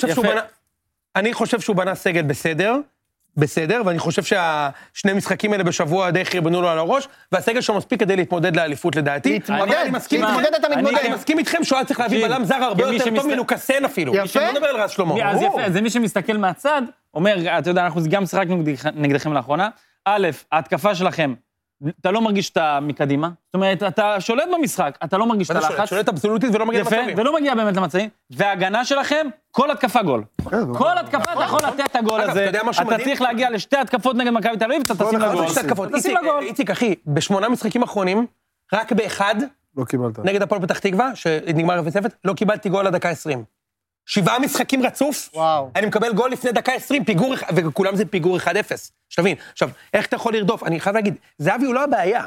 Speaker 3: אני חושב שהוא בנה סגל בסדר, בסדר, ואני חושב שהשני משחקים האלה בשבוע די חרבנו לו על הראש, והסגל שלו מספיק כדי להתמודד לאליפות לדעתי.
Speaker 1: להתמודד, להתמודד אתה מתמודד.
Speaker 3: אני מסכים איתכם שהוא היה צריך להביא בלם זר הרבה יותר טוב מלוקאסן אפילו.
Speaker 1: יפה.
Speaker 3: לא מדבר על רז שלמה.
Speaker 4: אז יפה, זה מי שמסתכל מהצד, אומר, אתה יודע, אנחנו גם שחקנו נגדכם לאחרונה, א', ההתקפה שלכם, אתה לא מרגיש שאתה מקדימה, זאת אומרת, אתה שולט במשחק, אתה לא מרגיש את הלחץ.
Speaker 3: שולט אבסולוטית ולא מגיע למצבים.
Speaker 4: יפה, ולא מגיע באמת למצבים, וההגנה שלכם, כל התקפה גול. כל התקפה אתה יכול לתת את הגול הזה, אתה צריך להגיע לשתי התקפות נגד מכבי תל אביב, אתה תשים לגול. תשים לגול.
Speaker 3: איציק, אחי, בשמונה משחקים אחרונים, רק באחד, נגד הפועל פתח תקווה, שנגמר אפס אפס, לא קיבלתי גול לדקה עשרים. שבעה משחקים רצוף, אני מקבל גול לפני דקה עשרים, פיגור, וכולם זה פיגור אחד אפס. שתבין, עכשיו, איך אתה יכול לרדוף? אני חייב להגיד, זהבי הוא לא הבעיה.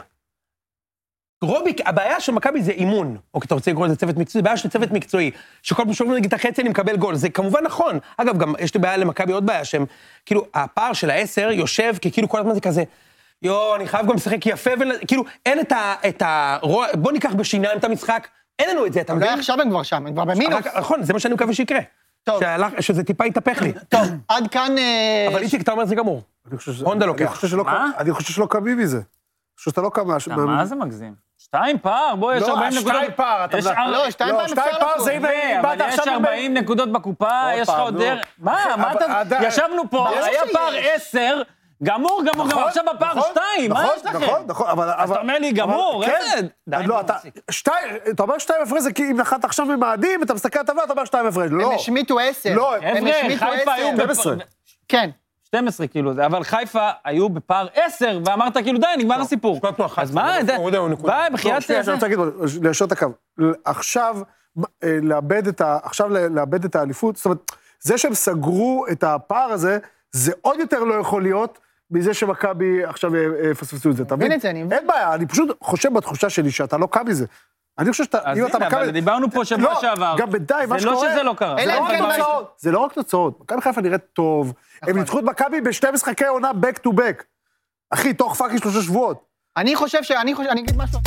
Speaker 3: רוביק, הבעיה של מכבי זה אימון. אוקיי, אתה רוצה לקרוא לזה צוות מקצועי? בעיה של צוות מקצועי, שכל פעם שאומרים נגיד החצי אני מקבל גול, זה כמובן נכון. אגב, גם יש לי בעיה למכבי עוד בעיה, שהם, כאילו, הפער של העשר יושב, כי כאילו כל הזמן זה כזה, יו, אני חייב גם לשחק יפה, כאילו, אין את ה... את ה... בוא ניקח בשיניים את המשחק, אין לנו את זה, אתה מבין?
Speaker 1: אולי עכשיו הם כבר שם, הם כבר במינוס.
Speaker 3: נכון, זה מה שאני מקווה שיקרה. טוב. שזה טיפה יתהפך לי.
Speaker 1: טוב, עד כאן...
Speaker 3: אבל איציק, אתה אומר זה גמור. הונדה לוקח.
Speaker 2: אני חושב שלא קמים מזה. אני חושב שאתה לא קם...
Speaker 4: מה זה מגזים? שתיים פער, בוא, יש ארבעים נקודות.
Speaker 2: לא, שתיים פער, אתה יודע.
Speaker 1: לא, שתיים פער
Speaker 2: שתיים פער זה אם באת עכשיו...
Speaker 4: אבל יש ארבעים נקודות בקופה, יש לך עוד דרך... מה, מה אתה... ישבנו פה, היה פער עשר... גמור, גמור, גמור, עכשיו בפער שתיים, מה יש לכם?
Speaker 2: נכון, נכון, אבל...
Speaker 4: אז אתה אומר לי גמור, איזה...
Speaker 2: לא, אתה... שתיים, אתה אומר שתיים הפרש זה כי אם נחת עכשיו ממאדים, אתה מסתכל על הטבלה, אתה אומר שתיים הפרש, לא.
Speaker 1: הם השמיטו עשר.
Speaker 2: לא,
Speaker 1: הם השמיטו עשר.
Speaker 2: שתים עשרה.
Speaker 1: כן.
Speaker 4: שתים עשרה כאילו, אבל חיפה היו בפער עשר, ואמרת כאילו די, נגמר הסיפור. אז מה, ביי, בחייאת...
Speaker 2: שנייה, שאני רוצה להגיד, ליישר את הקו. עכשיו לאבד את האליפות, זאת אומרת, זה שהם סגרו את הפער הזה, זה עוד יותר לא יכול להיות מזה שמכבי עכשיו פספסו את זה, אתה מבין? אין בעיה, אני פשוט חושב בתחושה שלי שאתה לא קם מזה. אני חושב שאתה, אם אתה מכבי...
Speaker 4: אבל דיברנו פה שבוע שעבר.
Speaker 2: גם בינתיים, מה שקורה...
Speaker 4: זה לא שזה לא קרה.
Speaker 2: זה לא רק תוצאות. מכבי חיפה נראית טוב. הם ניצחו את מכבי בשתי משחקי עונה back to back. אחי, תוך פאקינג שלושה שבועות.
Speaker 1: אני חושב ש... אני חושב... אני אגיד משהו...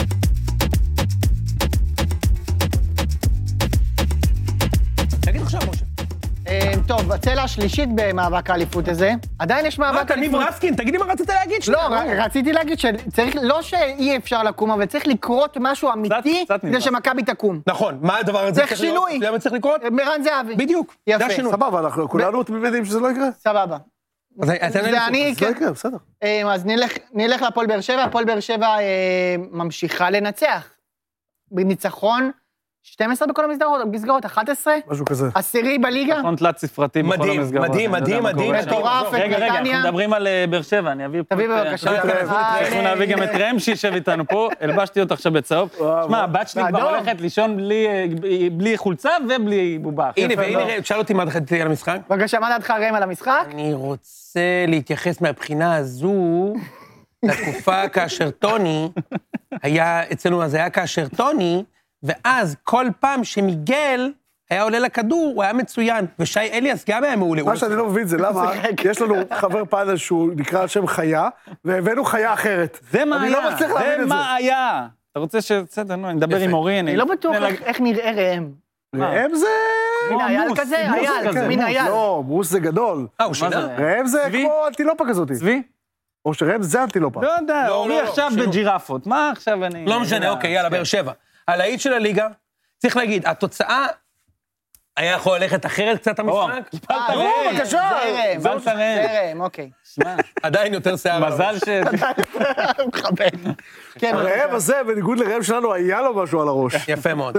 Speaker 3: תגיד עכשיו, משה.
Speaker 1: טוב, הצלע השלישית במאבק האליפות הזה, עדיין יש מאבק
Speaker 3: האליפות. מה, תניב רסקין, תגידי מה רצית להגיד?
Speaker 1: לא, רציתי להגיד שצריך, לא שאי אפשר לקום, אבל צריך לקרות משהו אמיתי, כדי שמכבי תקום.
Speaker 3: נכון, מה הדבר הזה?
Speaker 1: צריך שינוי.
Speaker 3: למה צריך לקרות?
Speaker 1: מרן זהבי.
Speaker 3: בדיוק.
Speaker 1: יפה.
Speaker 2: סבבה, אנחנו כולנו יודעים שזה לא יקרה.
Speaker 1: סבבה.
Speaker 2: זה אני... זה לא יקרה, בסדר.
Speaker 1: אז נלך לפועל באר שבע, הפועל באר שבע ממשיכה לנצח. בניצחון, שתים עשרה בכל המסגרות, אחת עשרה?
Speaker 2: משהו כזה.
Speaker 1: עשירי בליגה?
Speaker 4: נכון, תלת ספרתי בכל המסגרות.
Speaker 3: מדהים, מדהים, מדהים.
Speaker 1: מטורף, את
Speaker 4: רגע, רגע,
Speaker 1: נתניה.
Speaker 4: אנחנו מדברים על באר שבע, אני אביא פה...
Speaker 1: תביא בבקשה.
Speaker 4: אנחנו נביא גם את ראם שישב איתנו פה, הלבשתי אותך עכשיו בצהוב. שמע, הבת שלי כבר הולכת לישון בלי חולצה ובלי בובה.
Speaker 3: הנה, והנה, תשאל אותי מה דעתך על המשחק.
Speaker 1: בבקשה, מה דעתך ראם על המשחק?
Speaker 3: אני רוצה להתייחס מהבחינה הזו לתקופה כאשר טוני היה, אצלנו אז היה כאשר טוני, ואז כל פעם שמיגל היה עולה לכדור, הוא היה מצוין, ושי אליאס גם היה מעולה.
Speaker 2: מה שאני לא מבין זה למה, יש לנו חבר פאנל שהוא נקרא על שם חיה, והבאנו חיה אחרת.
Speaker 4: זה מה היה,
Speaker 2: זה
Speaker 4: מה היה. אתה רוצה ש... בסדר, נו, אני אדבר עם אורי,
Speaker 1: אני לא בטוח איך נראה ראם.
Speaker 2: ראם זה...
Speaker 1: מין אייל כזה, אייל, מין אייל.
Speaker 2: לא, ברוס זה גדול.
Speaker 3: אה, הוא שינה?
Speaker 2: ראם זה כמו אנטילופה כזאת.
Speaker 4: צבי?
Speaker 2: או שראם זה אנטילופה.
Speaker 4: לא יודע, אורי עכשיו בג'ירפות, מה עכשיו אני...
Speaker 3: לא משנה, אוקיי, יאללה, באר שבע. הלהיט של הליגה, צריך להגיד, התוצאה היה יכול ללכת אחרת קצת המשחק?
Speaker 4: קיבלת ראם.
Speaker 2: בבקשה.
Speaker 4: קיבלת ראם.
Speaker 1: ראם, אוקיי.
Speaker 3: עדיין יותר שיער.
Speaker 4: מזל ש...
Speaker 1: מכבד.
Speaker 2: הראם הזה, בניגוד לראם שלנו, היה לו משהו על הראש.
Speaker 3: יפה מאוד.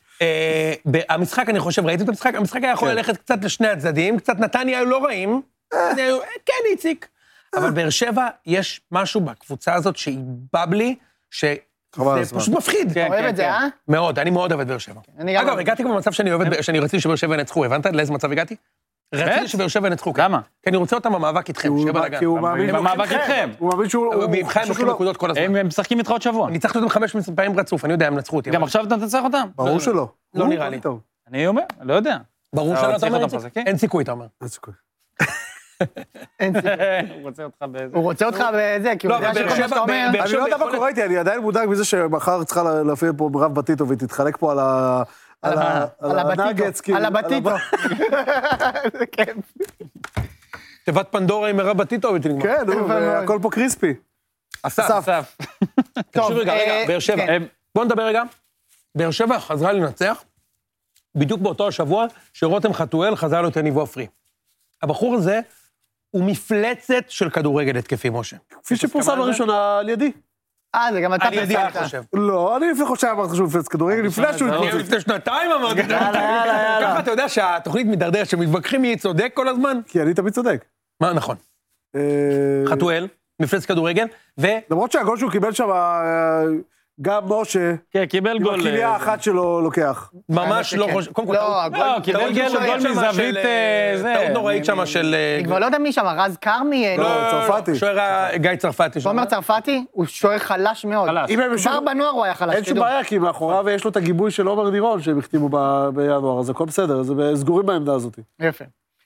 Speaker 3: המשחק, אני חושב, ראיתי את המשחק, המשחק היה יכול ללכת קצת לשני הצדדים, קצת נתניה היו לא רעים, כן, איציק. אבל באר שבע, יש משהו בקבוצה הזאת שהיא בבלי, זה פשוט מפחיד.
Speaker 1: אתה אוהב את זה, אה?
Speaker 3: מאוד, אני מאוד אוהב את באר שבע. אגב, הגעתי כבר במצב שאני רציתי שבאר שבע ינצחו, הבנת לאיזה מצב הגעתי? רציתי שבאר שבע ינצחו.
Speaker 4: למה?
Speaker 3: כי אני רוצה אותם במאבק איתכם, שיהיה בלגן.
Speaker 2: כי הוא מאמין
Speaker 4: במאבק איתכם.
Speaker 2: הוא מאמין שהוא...
Speaker 3: מבחן לוקחים נקודות כל הזמן.
Speaker 4: הם משחקים איתך עוד שבוע.
Speaker 3: אני צריכתי אותם חמש פעמים רצוף, אני יודע, הם נצחו אותי.
Speaker 4: גם עכשיו אתה תנצח אותם?
Speaker 2: ברור שלא.
Speaker 3: לא נראה לי.
Speaker 4: אני אומר, לא יודע.
Speaker 3: ברור שלא, אתה אומר, אין סיכוי, אתה אומר.
Speaker 2: אין סיכוי.
Speaker 1: אין סיכוי.
Speaker 4: הוא רוצה אותך באיזה...
Speaker 1: הוא רוצה אותך בזה, כי הוא יודע שכל מה שאתה אומר...
Speaker 2: אני לא יודע מה קורה איתי, אני עדיין מודאג מזה שמחר צריכה להפעיל פה ברב בטיטו, והיא תתחלק פה על ה...
Speaker 1: על הבטיטו. על הבטיטו. זה כיף.
Speaker 3: תיבת פנדורה עם הרב בטיטו,
Speaker 2: כן, הכל פה קריספי.
Speaker 3: אסף. טוב, רגע, רגע, באר שבע. בוא נדבר רגע. באר שבע חזרה לנצח, בדיוק באותו השבוע שרותם חתואל חזר לו את יניב עופרי. הבחור הזה הוא מפלצת של כדורגל התקפי, משה.
Speaker 2: כפי שפורסם לראשונה על ידי.
Speaker 1: אה, זה גם אתה
Speaker 3: פרסמת.
Speaker 2: לא, אני לפני חודשיים אמרתי שהוא מפלצת כדורגל, לפני שהוא התפוצץ.
Speaker 3: לפני שנתיים אמרתי. ככה אתה יודע שהתוכנית מתדרדרת, שמתווכחים מי צודק כל הזמן?
Speaker 2: כי אני תמיד צודק.
Speaker 3: מה, נכון. חתואל, מפלצת כדורגל, ו...
Speaker 2: למרות שהגול שהוא קיבל שם... גם משה,
Speaker 4: כן, קיבל גול.
Speaker 2: עם הכליה האחת שלו לוקח.
Speaker 3: ממש לא חושב, קודם כל,
Speaker 4: לא, קיבל גול מזווית, זה.
Speaker 3: טעות נוראית שמה של...
Speaker 1: אני כבר לא יודע מי שם, רז קרמי.
Speaker 2: לא, צרפתי.
Speaker 3: שוער גיא צרפתי.
Speaker 1: תומר צרפתי, הוא שוער חלש מאוד. כבר בנוער הוא היה חלש.
Speaker 2: אין שום בעיה, כי מאחוריו יש לו את הגיבוי של עומר דירון, שהם החתימו בינואר, אז הכל בסדר, זה סגורים בעמדה הזאת.
Speaker 1: יפה.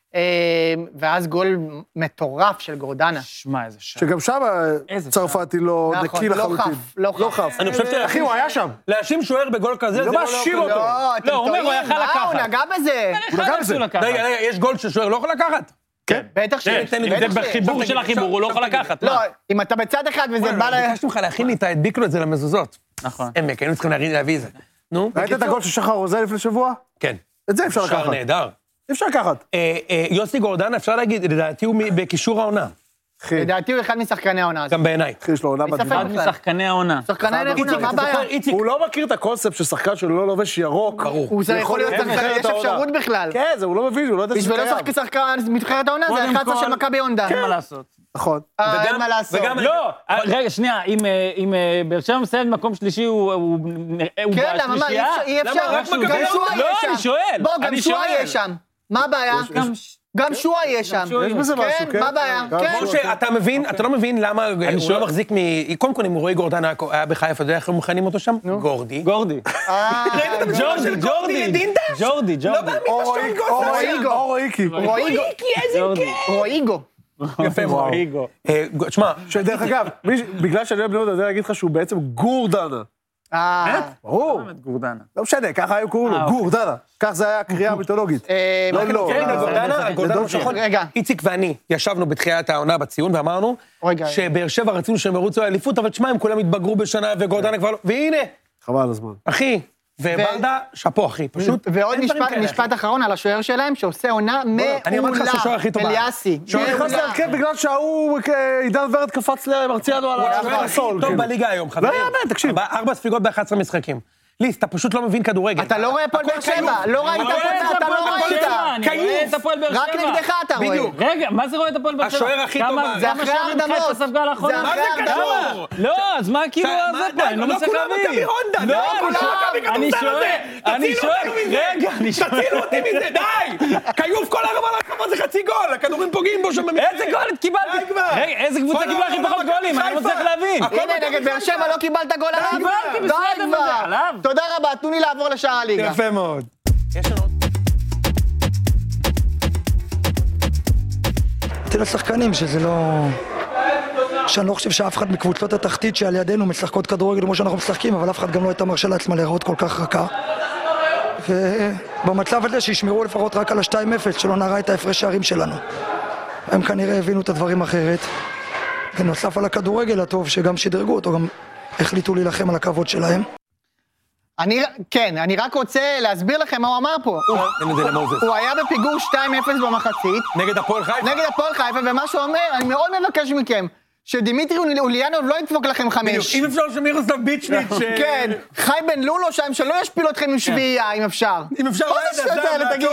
Speaker 1: ואז גול מטורף של גורדנה.
Speaker 4: שמע, איזה שם.
Speaker 2: שגם שם צרפתי לא נקי לחלוטין.
Speaker 1: לא חף, לא חף.
Speaker 3: אני חושב ש...
Speaker 2: אחי, הוא היה שם.
Speaker 3: להאשים שוער בגול כזה, זה
Speaker 2: לא מאשים אותו.
Speaker 1: לא, אתם טועים, מה, הוא נגע בזה.
Speaker 2: הוא נגע בזה.
Speaker 3: רגע, רגע, יש גול ששוער לא יכול לקחת?
Speaker 2: כן.
Speaker 1: בטח שיש.
Speaker 4: זה בחיבור של החיבור, הוא לא יכול לקחת.
Speaker 1: לא, אם אתה בצד אחד וזה בא ל...
Speaker 3: ביקשתי לך להכין לי את הדביקלו את זה למזוזות.
Speaker 4: נכון.
Speaker 3: עמק, היינו צריכים להביא את זה. נו,
Speaker 2: ראית את הגול של שחר רוזה לפני שבוע?
Speaker 3: כן.
Speaker 2: את זה אפשר לקחת.
Speaker 3: שער נהדר.
Speaker 2: אפשר לקחת.
Speaker 3: יוסי גורדנה, אפשר להגיד, לדעתי הוא בקישור העונה.
Speaker 1: לדעתי הוא אחד משחקני העונה הזאת.
Speaker 3: גם בעיניי.
Speaker 2: אחי, יש לו עונה מדהימה.
Speaker 4: אחד משחקני העונה.
Speaker 1: שחקני העונה, מה הבעיה?
Speaker 2: הוא לא מכיר את הקונספט של שחקן שלו לא לובש ירוק.
Speaker 1: הוא יכול להיות שחקן, יש אפשרות בכלל.
Speaker 2: כן, זה הוא לא מבין, הוא לא יודע שזה
Speaker 1: קיים. בשבילו שחקן מתחרת העונה, זה אחד של מכבי הונדה.
Speaker 4: אין מה לעשות.
Speaker 2: נכון.
Speaker 1: אין מה לעשות.
Speaker 4: לא, רגע, שנייה, אם באר שבע מסיים במקום שלישי, הוא בשלישייה?
Speaker 1: כן, למה, אי אפשר.
Speaker 4: לא, אני שואל.
Speaker 1: בוא, גם שואה יש שם. מה הבעיה? גם שועה יהיה שם.
Speaker 2: יש בזה משהו, כן?
Speaker 1: מה הבעיה?
Speaker 3: משה, אתה מבין, אתה לא מבין למה הוא לא מחזיק מ... קודם כל, אם רועי גורדן היה בחיפה, אתה יודע איך הם מכנים אותו שם? גורדי.
Speaker 4: גורדי.
Speaker 3: ראית את המשפט של גורדי לדינדה?
Speaker 4: ג'ורדי, ג'ורדי.
Speaker 2: רואיקי.
Speaker 1: רואיקי, איזה כיף. רואיגו.
Speaker 3: יפה מאוד. תשמע,
Speaker 2: שדרך אגב, בגלל שאני אוהב מאוד, אני יודע להגיד לך שהוא בעצם גורדנה.
Speaker 1: אה.
Speaker 2: ברור.
Speaker 4: גורדנה.
Speaker 2: לא משנה, ככה היו קוראים לו, גורדנה. כך זה היה הקריאה המיתולוגית. לא, לא.
Speaker 3: כן, גורדנה, גורדנה, נכון.
Speaker 1: רגע.
Speaker 3: איציק ואני ישבנו בתחילת העונה בציון ואמרנו שבאר שבע רצינו שהם ירוצו לאליפות, אבל תשמע, הם כולם התבגרו בשנה וגורדנה כבר לא... והנה,
Speaker 2: חבל על הזמן.
Speaker 3: אחי, וברדה, שפו, אחי, פשוט...
Speaker 1: ועוד משפט אחרון על השוער שלהם, שעושה עונה מעולה, אליאסי.
Speaker 2: שהוא נכנס להרכב בגלל שההוא, עידן ורד קפץ למרציאנו על הסול.
Speaker 3: טוב בליגה היום, חברים.
Speaker 2: לא יאמן, תקשיב.
Speaker 3: ארבע ספיגות ב-אחד עשרה משחקים. ליס, אתה פשוט לא מבין כדורגל.
Speaker 1: אתה לא רואה הפועל באר שבע, לא ראית אותה, אתה לא ראית.
Speaker 4: אני רואה את הפועל באר שבע.
Speaker 1: רק נגדך אתה רואה.
Speaker 4: רגע, מה זה רואה את הפועל באר שבע?
Speaker 3: השוער הכי טוב.
Speaker 1: זה אחרי ההרדמות.
Speaker 4: זה
Speaker 1: אחרי
Speaker 3: ההרדמות.
Speaker 4: לא, אז מה כאילו זה פה? אני לא מצליח להבין. לא, אני שואל, אני שואל, רגע, אני שואל.
Speaker 3: תצילו אותי מזה, די! כיוף כל הרמה להקפות זה חצי גול, הכדורים פוגעים בו שם במקרה.
Speaker 4: איזה גול קיבלתי? רגע, איזה קבוצה קיבלה הכי פחות גולים? אני לא מצליח להבין.
Speaker 1: הנה, נגד באר שבע לא קיבלת גול עליו? תודה רבה, תנו לי לעבור לשאר הליגה.
Speaker 3: יפה מאוד. יש לנו...
Speaker 6: תל השחקנים שזה לא... שאני לא חושב שאף אחד מקבוצות התחתית שעל ידינו משחקות כדורגל כמו שאנחנו משחקים, אבל אף אחד גם לא הייתה מרשה לעצמה להיראות כל כך רכה. ובמצב הזה שישמרו לפחות רק על ה-שתיים אפס, שלא נראה את ההפרש שערים שלנו. הם כנראה הבינו את הדברים אחרת. ונוסף על הכדורגל הטוב שגם שדרגו אותו, גם החליטו להילחם על הכבוד שלהם.
Speaker 1: אני, כן, אני רק רוצה להסביר לכם מה הוא אמר פה. הוא היה בפיגור שתיים אפס במחצית.
Speaker 3: נגד הפועל חיפה?
Speaker 1: נגד הפועל חיפה, ומה שהוא אומר, אני מאוד מבקש מכם, שדימיטרי אוליאנוב לא ידפוק לכם חמש.
Speaker 3: אם אפשר שמירוסלב ביצ'ניץ'
Speaker 1: כן, חי בן לולו שם, שלא ישפיל אתכם עם שביעייה, אם אפשר.
Speaker 3: אם אפשר, מה זה השטויות האלה, תגיד?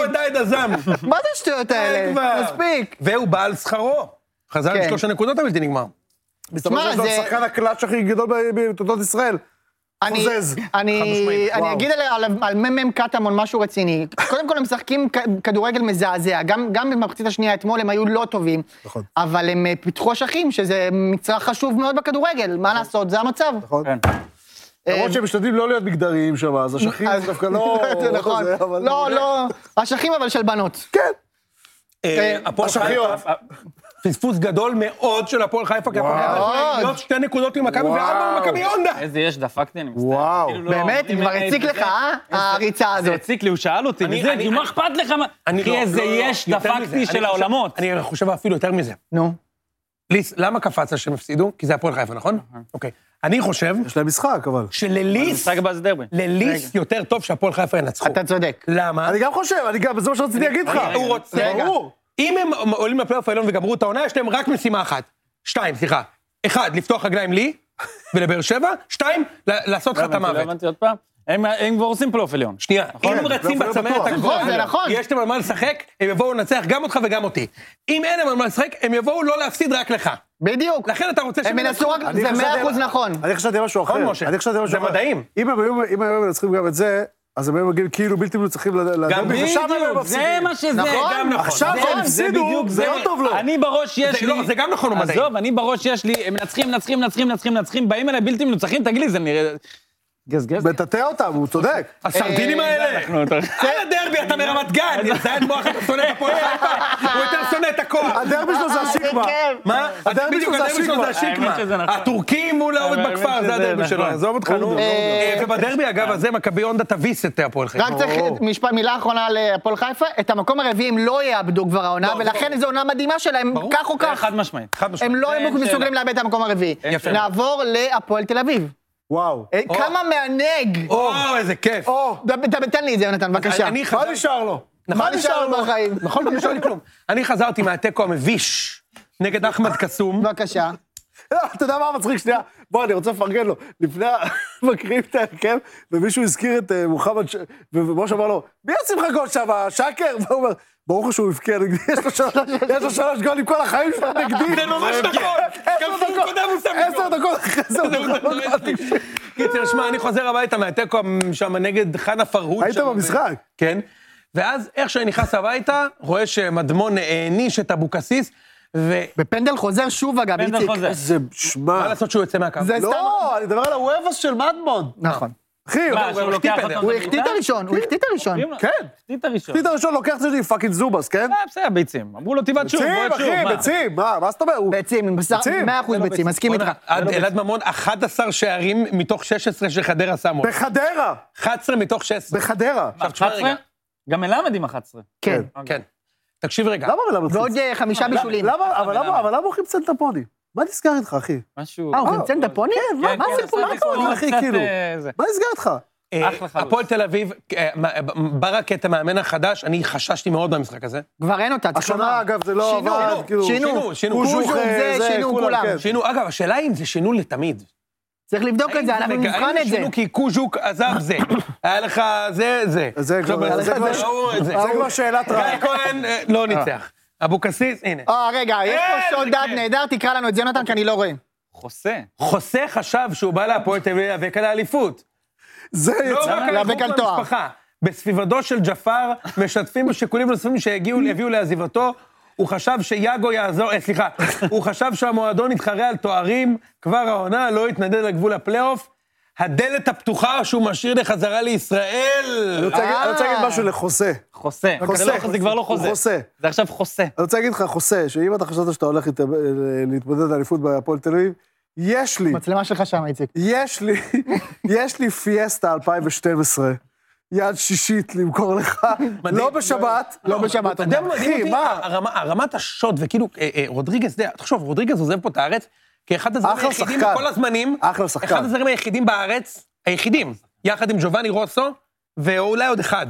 Speaker 1: מה זה השטויות האלה? מספיק.
Speaker 3: והוא בא על שכרו. חזר עם שלוש הנקודות הבלתי נגמר.
Speaker 2: מסתבר שזה השחקן הקלאץ' הכי גדול בתולדות ישראל.
Speaker 1: אני, אני, אני אגיד על, על, על ממם קטמון משהו רציני. קודם כל הם משחקים כדורגל מזעזע, גם, גם במחצית השנייה אתמול הם היו לא טובים,
Speaker 2: נכון.
Speaker 1: אבל הם פיתחו אשכים, שזה מצרך חשוב מאוד בכדורגל, מה לעשות, זה המצב.
Speaker 2: נכון. למרות שהם משתדלים לא להיות מגדריים שם, אז אשכים דווקא לא...
Speaker 1: נכון, לא, לא, אשכים אבל של בנות.
Speaker 2: כן.
Speaker 3: הפועל חיפה, פספוס גדול מאוד של הפועל חיפה, כי הפועל חיפה יכולה להיות שתי נקודות עם מכבי וארבע במכבי הונדה.
Speaker 4: איזה יש, דפקתי, אני מצטער.
Speaker 2: וואו.
Speaker 1: באמת, כבר הציק לך, אה? הריצה הזאת.
Speaker 4: זה הציק לי, הוא שאל אותי, וזה, כי מה אכפת לך? אחי, איזה יש, דפקתי של העולמות.
Speaker 3: אני חושב אפילו יותר מזה.
Speaker 1: נו.
Speaker 3: ליס, למה קפץ שהם הפסידו? כי זה הפועל חיפה, נכון? אוקיי. אני חושב...
Speaker 2: יש להם משחק, אבל...
Speaker 3: שלליס... לליס יותר טוב שהפועל חיפה ינצחו.
Speaker 1: אתה צודק.
Speaker 3: למה?
Speaker 2: אני גם חושב, אני גם, זה מה שרציתי להגיד לך.
Speaker 3: הוא רוצה... אם הם עולים לפלייאוף העליון וגמרו את העונה, יש להם רק משימה אחת. שתיים, סליחה. אחד, לפתוח רגליים לי ולבאר שבע. שתיים, לעשות לך את המוות.
Speaker 4: לא הבנתי עוד פעם. הם כבר עושים פלייאוף עליון.
Speaker 3: שנייה, אם הם רצים בצמרת הגבוהה,
Speaker 1: זה נכון.
Speaker 3: יש להם על מה לשחק, הם יבואו לנצח גם אותך וגם אותי. אם אין להם על מה לשחק, הם יבואו לא להפסיד רק לך.
Speaker 1: בדיוק.
Speaker 3: לכן אתה רוצה
Speaker 1: הם ינצחו רק, זה מאה אחוז נכון.
Speaker 2: אני חשבתי משהו אחר. אני חשבתי משהו אחר.
Speaker 3: זה מדעים.
Speaker 2: אם הם היו מנצחים גם את זה, אז הם היו מגיעים כאילו בלתי מנצחים לדרבי, ושם הם מפסידים.
Speaker 4: זה מה שזה, גם נכון.
Speaker 2: עכשיו שהם הפסידו, זה לא טוב לו.
Speaker 4: אני בראש יש לי...
Speaker 3: זה גם נכון, הוא מדעים.
Speaker 4: עזוב, אני בראש יש לי, הם מנצחים, מנצחים, מנצחים, מנצחים, מנצחים, באים אליי בלתי מנצחים, תגיד לי, זה נראה... גז גז.
Speaker 2: מטאטא אותם, הוא צודק.
Speaker 3: הסרדינים האלה. זה הדרבי, אתה מרמת גן. יזיין מוח, אתה שונא את הפועל חיפה. הוא יותר שונא את הכוח.
Speaker 2: הדרבי שלו זה השיקמה.
Speaker 3: מה?
Speaker 2: הדרבי שלו זה
Speaker 3: השיקמה. הטורקים מול העובד בכפר, זה הדרבי שלו. עזוב אותך, נו. ובדרבי, אגב, הזה מכבי הונדה תביס את הפועל חיפה.
Speaker 1: רק צריך מילה אחרונה להפועל חיפה, את המקום הרביעי הם לא יאבדו כבר העונה, ולכן זו עונה מדהימה שלהם, כך או כך.
Speaker 4: חד משמעית.
Speaker 1: הם לא מסוגלים לאבד את המקום הרביעי. נעבור להפועל תל אביב.
Speaker 2: וואו.
Speaker 1: כמה מענג.
Speaker 3: או, איזה כיף.
Speaker 1: תן לי את זה, יונתן, בבקשה.
Speaker 2: מה נשאר לו?
Speaker 1: מה נשאר לו בחיים?
Speaker 3: נכון, לא נשאר לי כלום. אני חזרתי מהתיקו המביש נגד אחמד קסום.
Speaker 1: בבקשה.
Speaker 2: אתה יודע מה מצחיק שנייה? בוא, אני רוצה לפרגן לו. לפני מקריאים את ההרכב, ומישהו הזכיר את מוחמד, ומשה אמר לו, מי עושים לך גול שם, שקר? והוא אומר, ברוך שהוא הבקיע, יש לו שלוש גולים כל החיים שלו נגדי.
Speaker 3: זה ממש נכון.
Speaker 2: עשר דקות אחרי זה הוא נכון.
Speaker 3: קיצר, שמע, אני חוזר הביתה מהתיקו שם נגד חנה פרהוד.
Speaker 2: היית במשחק?
Speaker 3: כן. ואז איך שאני נכנס הביתה, רואה שמדמון העניש את אבוקסיס, ו...
Speaker 1: בפנדל חוזר שוב אגב, איציק.
Speaker 2: איזה שמע.
Speaker 3: מה לעשות שהוא יוצא מהקו?
Speaker 2: לא, אני מדבר על הוובס של מדמון.
Speaker 1: נכון.
Speaker 2: אחי,
Speaker 1: הוא החטיא את הראשון, הוא החטיא את הראשון.
Speaker 2: כן.
Speaker 4: החטיא את הראשון.
Speaker 2: החטיא את הראשון, לוקח את זה פאקינג זובס, כן?
Speaker 4: בסדר, ביצים. אמרו לו תיבד שוב,
Speaker 2: ביצים, אחי, ביצים. מה, מה זאת אומרת?
Speaker 1: ביצים, מאה אחוז ביצים, מסכים איתך.
Speaker 3: אלעד ממון, אחד עשר שערים מתוך שש עשרה שחדרה שמו.
Speaker 2: בחדרה.
Speaker 3: אחת עשרה מתוך שש עשרה.
Speaker 2: בחדרה.
Speaker 3: עכשיו תשמע רגע.
Speaker 4: גם מלמד עם אחת עשרה.
Speaker 1: כן.
Speaker 3: כן. תקשיב רגע.
Speaker 2: למה מלמד?
Speaker 1: ועוד חמישה בישולים.
Speaker 2: אבל למה הולכים צנטפוני? מה נסגר איתך, אחי?
Speaker 4: משהו...
Speaker 1: אה, הוא חמצן את הפוני? מה הסיפור? מה קורה?
Speaker 2: אחי, כאילו, מה נסגר איתך?
Speaker 3: הפועל תל אביב, ברקת המאמן החדש, אני חששתי מאוד במשחק הזה.
Speaker 1: כבר אין אותה, צריך לומר.
Speaker 2: השנה, אגב, זה לא עבד, כאילו...
Speaker 1: שינו,
Speaker 3: שינו.
Speaker 1: קוז'וק זה, שינו כולם.
Speaker 3: שינו, אגב, השאלה היא אם זה שינו לתמיד.
Speaker 1: צריך לבדוק את זה, אנחנו נבחן את זה.
Speaker 3: שינו כי קוז'וק עזב זה. היה לך זה, זה.
Speaker 2: זה כבר שאלת רע.
Speaker 3: גיא כהן לא ניצח. אבוקסיס, הנה.
Speaker 1: אה, רגע, יש פה שעון דעת נהדר, תקרא לנו את זה, יונתן, כי אני לא רואה.
Speaker 4: חוסה.
Speaker 3: חוסה חשב שהוא בא להפועל תל אביב להיאבק על האליפות.
Speaker 2: זה יצא.
Speaker 1: להיאבק על תואר.
Speaker 3: בסביבתו של ג'פר, משתפים בשיקולים נוספים שהביאו לעזיבתו, הוא חשב שיאגו יעזור, אה, סליחה, הוא חשב שהמועדון יתחרה על תוארים, כבר העונה לא יתנדד לגבול הפלייאוף, הדלת הפתוחה שהוא משאיר לחזרה לישראל.
Speaker 2: אני רוצה להגיד משהו לחוסה.
Speaker 4: חוסה. זה כבר לא חוזה.
Speaker 2: חוסה.
Speaker 4: זה עכשיו חוסה.
Speaker 2: אני רוצה להגיד לך, חוסה, שאם אתה חשבת שאתה הולך להתמודד על אליפות בהפועל תל אביב, יש לי...
Speaker 1: מצלמה שלך שם, איציק.
Speaker 2: יש לי, יש לי פיאסטה אלפיים ושתים עשרה. יד שישית למכור לך, לא בשבת,
Speaker 1: לא בשבת.
Speaker 3: אחי, מה? הרמת השוט, וכאילו, רודריגז, תחשוב, רודריגז עוזב פה את הארץ, כאחד הזרים היחידים בכל הזמנים,
Speaker 2: אחלה שחקן.
Speaker 3: אחד הזרים היחידים בארץ, היחידים, יחד עם ג'ובאני רוסו, ואולי עוד אחד,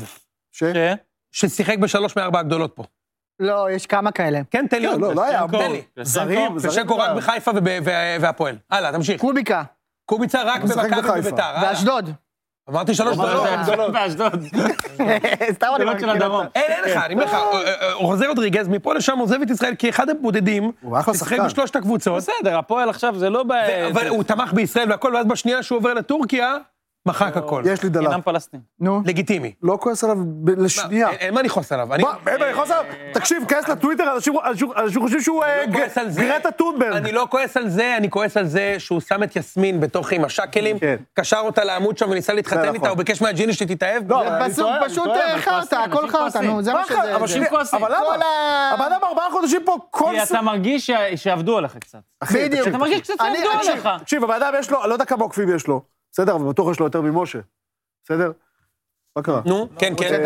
Speaker 3: ששיחק בשלוש מארבע הגדולות פה.
Speaker 1: לא, יש כמה כאלה.
Speaker 3: כן, תן לי עוד.
Speaker 2: לא, לא היה,
Speaker 3: תן לי.
Speaker 2: זרים,
Speaker 3: ושקו רק בחיפה והפועל. הלאה, תמשיך.
Speaker 1: קוביקה.
Speaker 3: קוביצה רק במכבי ובביתר.
Speaker 1: ואשדוד.
Speaker 3: אמרתי שלוש דקות.
Speaker 4: באשדוד.
Speaker 1: סתם אני
Speaker 4: של הדרום.
Speaker 3: אין, אין לך, אני אומר לך, רוזר רודריגז מפה לשם עוזב את ישראל כאחד הבודדים, שיחק בשלושת הקבוצות.
Speaker 4: בסדר, הפועל עכשיו זה לא ב...
Speaker 3: אבל הוא תמך בישראל והכל, ואז בשנייה שהוא עובר לטורקיה, מחק הכל.
Speaker 2: יש לי דלה.
Speaker 4: אינם פלסטין.
Speaker 1: נו.
Speaker 3: לגיטימי.
Speaker 2: לא כועס עליו לשנייה.
Speaker 3: אין מה לכעוס עליו.
Speaker 2: מה, אין מה לכעוס עליו? תקשיב, כעס לטוויטר, אנשים חושבים שהוא גרטה טונברג.
Speaker 3: אני לא כועס על זה, אני כועס על זה שהוא שם את יסמין בתוך עם השקלים, קשר אותה לעמוד שם וניסה להתחתן איתה, הוא ביקש מהג'יני שתתאהב.
Speaker 1: זה פשוט חרטה, הכל חרטה, נו, זה מה שזה.
Speaker 2: אבל למה? אבל למה ארבעה חודשים פה כל...
Speaker 4: כי אתה מרגיש שעבדו עליך קצת.
Speaker 1: בדיוק.
Speaker 4: אתה מרגיש קצת שעבדו עליך.
Speaker 2: תקשיב, הבאדם יש לו, אני לא יודע כמה עוקבים יש לו. בסדר, אבל בטוח יש לו יותר ממשה. בסדר? מה קרה?
Speaker 3: נו, כן, כן.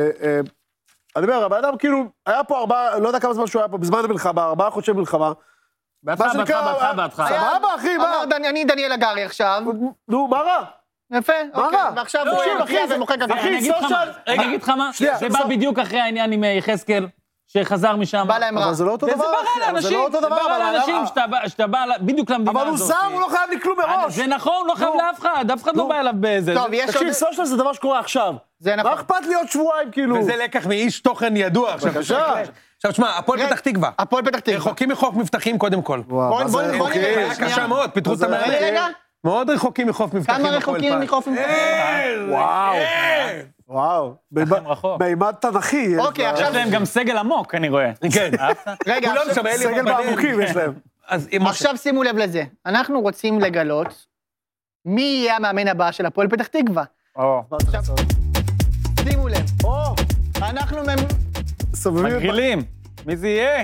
Speaker 2: אני אומר, הבאדם כאילו, היה פה ארבעה, לא יודע כמה זמן שהוא היה פה, בזמן המלחמה, ארבעה חודשי מלחמה.
Speaker 4: בהתחלה, בהתחלה, בהתחלה.
Speaker 2: סבבה, אחי, מה?
Speaker 1: אני דניאל הגרי עכשיו.
Speaker 2: נו, מה רע?
Speaker 1: יפה, אוקיי.
Speaker 2: רע?
Speaker 1: ועכשיו הוא אחי ומוחק את זה.
Speaker 4: אני אגיד לך מה, זה בא בדיוק אחרי העניין עם יחזקאל. שחזר משם.
Speaker 1: בא להם רע.
Speaker 2: אבל זה לא אותו דבר.
Speaker 4: וזה בא לאנשים, זה בא לאנשים שאתה בא בדיוק למדינה הזאת.
Speaker 2: אבל הוא זר, הוא לא חייב לי כלום מראש.
Speaker 4: זה נכון, הוא לא חייב לאף אחד, אף אחד לא בא אליו באיזה.
Speaker 1: טוב, יש עוד...
Speaker 2: תקשיב, סושיאל זה דבר שקורה עכשיו.
Speaker 1: זה נכון.
Speaker 2: מה אכפת לי עוד שבועיים, כאילו?
Speaker 3: וזה לקח מאיש תוכן ידוע עכשיו.
Speaker 2: בבקשה.
Speaker 3: עכשיו, תשמע, הפועל פתח תקווה.
Speaker 1: הפועל פתח תקווה.
Speaker 3: רחוקים מחוף מבטחים קודם כל.
Speaker 1: בוא נראה.
Speaker 3: היה קשה מאוד, פיתרו את המאמן.
Speaker 1: רגע.
Speaker 3: מאוד רחוקים מחוף מבטחים.
Speaker 1: כמה רחוקים מחוף מבטחים?
Speaker 2: וואו. וואו. מימד תנכי.
Speaker 1: אוקיי, עכשיו...
Speaker 4: יש להם גם סגל עמוק, אני רואה.
Speaker 3: כן.
Speaker 1: רגע,
Speaker 2: סגל בעמוקים יש להם.
Speaker 1: עכשיו שימו לב לזה. אנחנו רוצים לגלות מי יהיה המאמן הבא של הפועל פתח תקווה. עכשיו, שימו לב. אנחנו...
Speaker 4: מגרילים. מי זה יהיה?